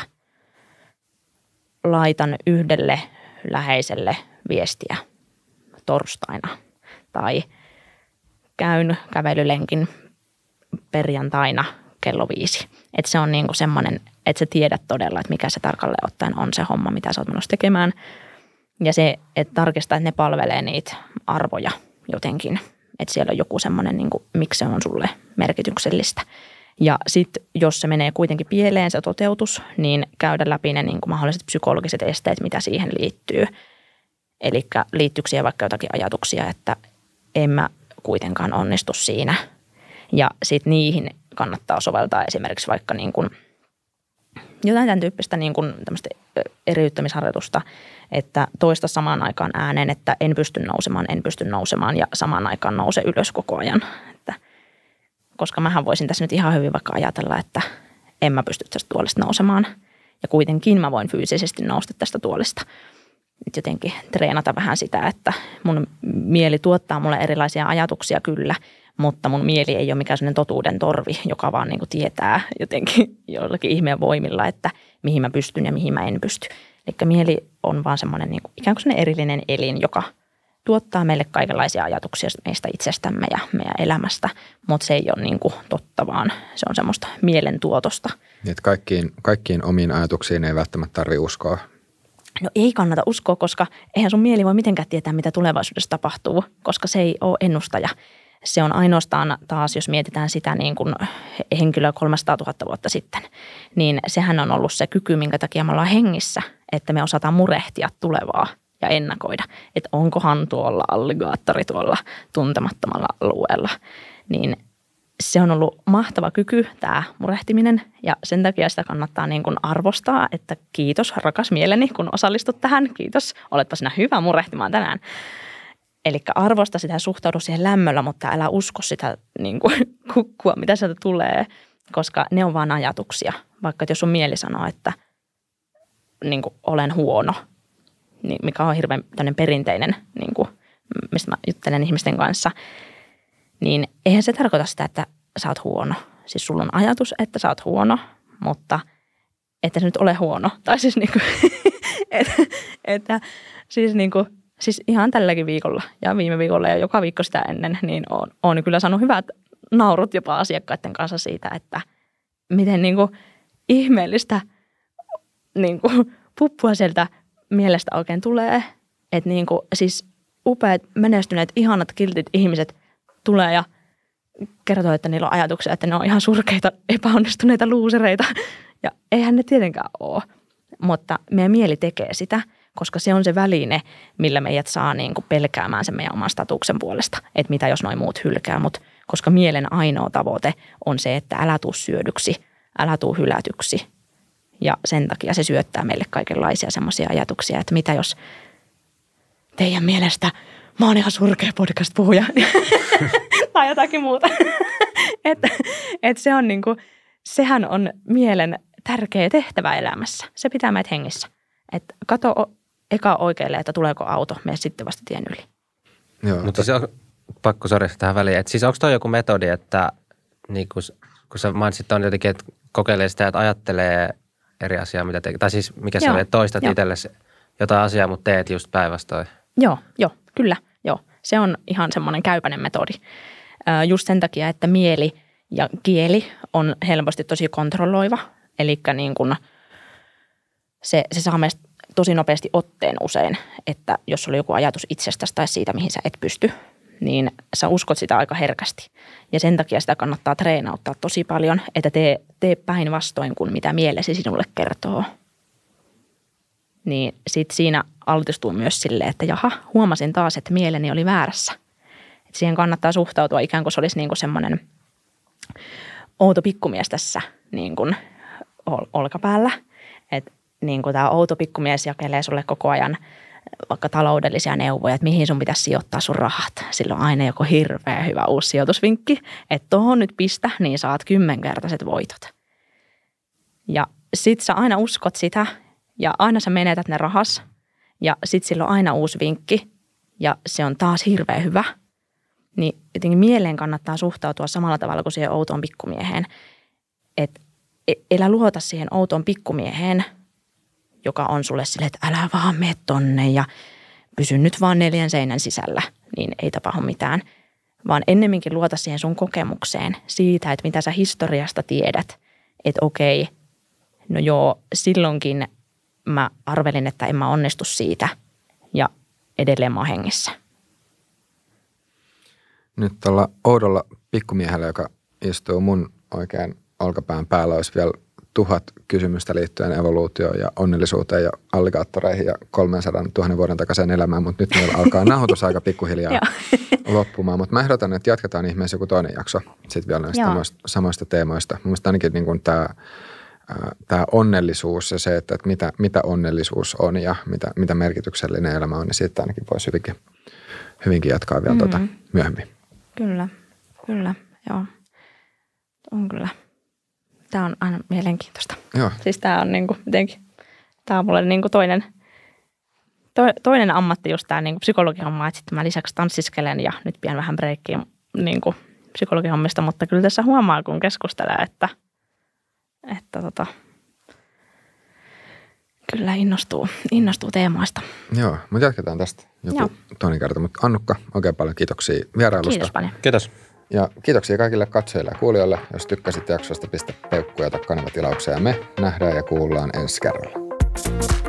S2: laitan yhdelle läheiselle viestiä torstaina tai käyn kävelylenkin perjantaina kello viisi. Että se on niin kuin semmoinen, että sä tiedät todella, että mikä se tarkalleen ottaen on se homma, mitä sä oot menossa tekemään. Ja se, että tarkistaa, että ne palvelee niitä arvoja jotenkin. Että siellä on joku semmoinen, niin kuin, miksi se on sulle merkityksellistä. Ja sitten jos se menee kuitenkin pieleen se toteutus, niin käydä läpi ne niin kuin mahdolliset psykologiset esteet, mitä siihen liittyy. Eli liittyykö siihen vaikka jotakin ajatuksia, että en mä kuitenkaan onnistu siinä. Ja sitten niihin kannattaa soveltaa esimerkiksi vaikka niin kuin jotain tämän tyyppistä niin kuin tämmöistä eriyttämisharjoitusta, että toista samaan aikaan ääneen, että en pysty nousemaan, en pysty nousemaan ja samaan aikaan nouse ylös koko ajan. Että, koska mähän voisin tässä nyt ihan hyvin vaikka ajatella, että en mä pysty tästä tuolista nousemaan ja kuitenkin mä voin fyysisesti nousta tästä tuolista. Nyt jotenkin treenata vähän sitä, että mun mieli tuottaa mulle erilaisia ajatuksia kyllä, mutta mun mieli ei ole mikään sellainen totuuden torvi, joka vaan niin kuin tietää jotenkin jollakin ihmeen voimilla, että mihin mä pystyn ja mihin mä en pysty. Eli mieli on vaan semmoinen niin kuin ikään kuin sellainen erillinen elin, joka tuottaa meille kaikenlaisia ajatuksia meistä itsestämme ja meidän elämästä, mutta se ei ole niin kuin totta, vaan se on semmoista mielentuotosta. Niin,
S3: että kaikkiin, kaikkiin omiin ajatuksiin ei välttämättä tarvitse uskoa.
S2: No ei kannata uskoa, koska eihän sun mieli voi mitenkään tietää, mitä tulevaisuudessa tapahtuu, koska se ei ole ennustaja. Se on ainoastaan taas, jos mietitään sitä niin kuin henkilöä kolmesataatuhatta vuotta sitten, niin sehän on ollut se kyky, minkä takia me ollaan hengissä, että me osataan murehtia tulevaa ja ennakoida, että onkohan tuolla alligaattori tuolla tuntemattomalla alueella. Niin se on ollut mahtava kyky, tämä murehtiminen, ja sen takia sitä kannattaa niin kuin arvostaa, että kiitos rakas mieleni, kun osallistut tähän. Kiitos, oletpa sinä hyvä murehtimaan tänään. Eli arvosta sitä ja suhtaudu siihen lämmöllä, mutta älä usko sitä niin kuin kukkua, mitä sieltä tulee, koska ne on vain ajatuksia. Vaikka jos sun mieli sanoo, että niin kuin, olen huono, niin mikä on hirveän perinteinen, niin kuin, mistä mä juttelen ihmisten kanssa, niin eihän se tarkoita sitä, että sä oot huono. Siis sulla on ajatus, että sä oot huono, mutta että se nyt ole huono. Tai siis niin kuin, että, että siis niin kuin, siis ihan tälläkin viikolla ja viime viikolla ja joka viikko sitä ennen, niin on, on kyllä saanut hyvät naurut jopa asiakkaiden kanssa siitä, että miten niin kuin ihmeellistä niin kuin puppua sieltä mielestä oikein tulee. Että niin kuin, siis upeat, menestyneet, ihanat, kiltit ihmiset tulee ja kertoo, että niillä on ajatuksia, että ne on ihan surkeita, epäonnistuneita luusereita. Ja eihän ne tietenkään ole, mutta meidän mieli tekee sitä, koska se on se väline, millä meidät saa niin kuin pelkäämään sen meidän oman statuksen puolesta. Että mitä jos noin muut hylkää, mutta koska mielen ainoa tavoite on se, että älä tuu syödyksi, älä tuu hylätyksi. Ja sen takia se syöttää meille kaikenlaisia semmoisia ajatuksia, että mitä jos teidän mielestä mä oon ihan surkea podcast-puhuja tai jotakin muuta. Että et se on niinku, sehän on mielen tärkeä tehtävä elämässä. Se pitää meitä hengissä. Että kato eka oikealle, että tuleeko auto, mene sitten vasta tien yli.
S1: Joo, mutta siis on pakko sori tähän väliin. Et siis onko toi joku metodi, että niin kun, kun sä mainitsit on jotenkin, että kokeilee sitä, että ajattelee eri asiaa, mitä tekee. Tai siis mikä se oli, että toistat itsellesi jotain asiaa, mutta teet just päinvastoin.
S2: Joo, joo, kyllä, joo. Se on ihan semmoinen käypäinen metodi. Just sen takia, että mieli ja kieli on helposti tosi kontrolloiva. Eli niin kun se, se saa meistä tosi nopeasti otteen usein, että jos sulla on joku ajatus itsestäsi tai siitä, mihin sä et pysty, niin sä uskot sitä aika herkästi. Ja sen takia sitä kannattaa treenauttaa tosi paljon, että tee, tee päinvastoin kuin mitä mielesi sinulle kertoo. Niin sit siinä altistuu myös silleen, että jaha, huomasin taas, että mieleni oli väärässä. Et siihen kannattaa suhtautua ikään kuin se olisi niin kuin semmoinen outo pikkumies tässä niin kuin olkapäällä. Että niin kuin tämä outo pikkumies jakelee sulle koko ajan vaikka taloudellisia neuvoja, että mihin sun pitäisi sijoittaa sun rahat. Sillä on aina joku hirveä hyvä uusi sijoitusvinkki, että tohon nyt pistä, niin saat kymmenkertaiset voitot. Ja sit sä aina uskot sitä ja aina sä menetät ne rahas ja sit sillä on aina uusi vinkki ja se on taas hirveä hyvä. Niin jotenkin mieleen kannattaa suhtautua samalla tavalla kuin siihen outoon pikkumieheen. Että elä luota siihen outoon pikkumieheen, joka on sulle silleen, että älä vaan mene tonne ja pysy nyt vaan neljän seinän sisällä, niin ei tapahdu mitään. Vaan ennemminkin luota siihen sun kokemukseen siitä, että mitä sä historiasta tiedät. Että okei, no joo, silloinkin mä arvelin, että en mä onnistu siitä ja edelleen mä oon hengissä.
S3: Nyt tuolla oudolla pikkumiehellä, joka istuu mun oikein olkapään päällä, olisi vielä tuhat kysymystä liittyen evoluutioon ja onnellisuuteen ja alligaattoreihin ja kolmensadantuhannen vuoden takaisin elämään, mutta nyt meillä alkaa nauhoitusaika pikkuhiljaa loppumaan. Mutta mä ehdotan, että jatketaan ihmeessä joku toinen jakso sitten vielä näistä samoista, samoista teemoista. Mielestäni ainakin niin kuin tämä, tämä onnellisuus ja se, että mitä, mitä onnellisuus on ja mitä, mitä merkityksellinen elämä on, niin siitä ainakin voisi hyvinkin, hyvinkin jatkaa vielä mm-hmm. tuota myöhemmin.
S2: Kyllä, kyllä, joo. On kyllä. Tämä on aina mielenkiintoista.
S3: Joo.
S2: Siis tämä on niinku jotenkin, tämä on mulle niinku toinen, to, toinen ammatti just tämä niinku psykologihomma, että sitten mä lisäksi tanssiskelen ja nyt pian vähän breikkiin niinku psykologihommista, mutta kyllä tässä huomaa, kun keskustelee, että, että tota, kyllä innostuu, innostuu teemoista.
S3: Joo, mutta jatketaan tästä joku Joo. toinen kerta. Mutta Annukka, oikein paljon kiitoksia vierailusta.
S2: Kiitos paljon.
S1: Kiitos.
S3: Ja kiitoksia kaikille katsojille ja kuulijoille. Jos tykkäsit jaksosta, pistä peukkuja tai kanavatilaukseen ja me nähdään ja kuullaan ensi kerralla.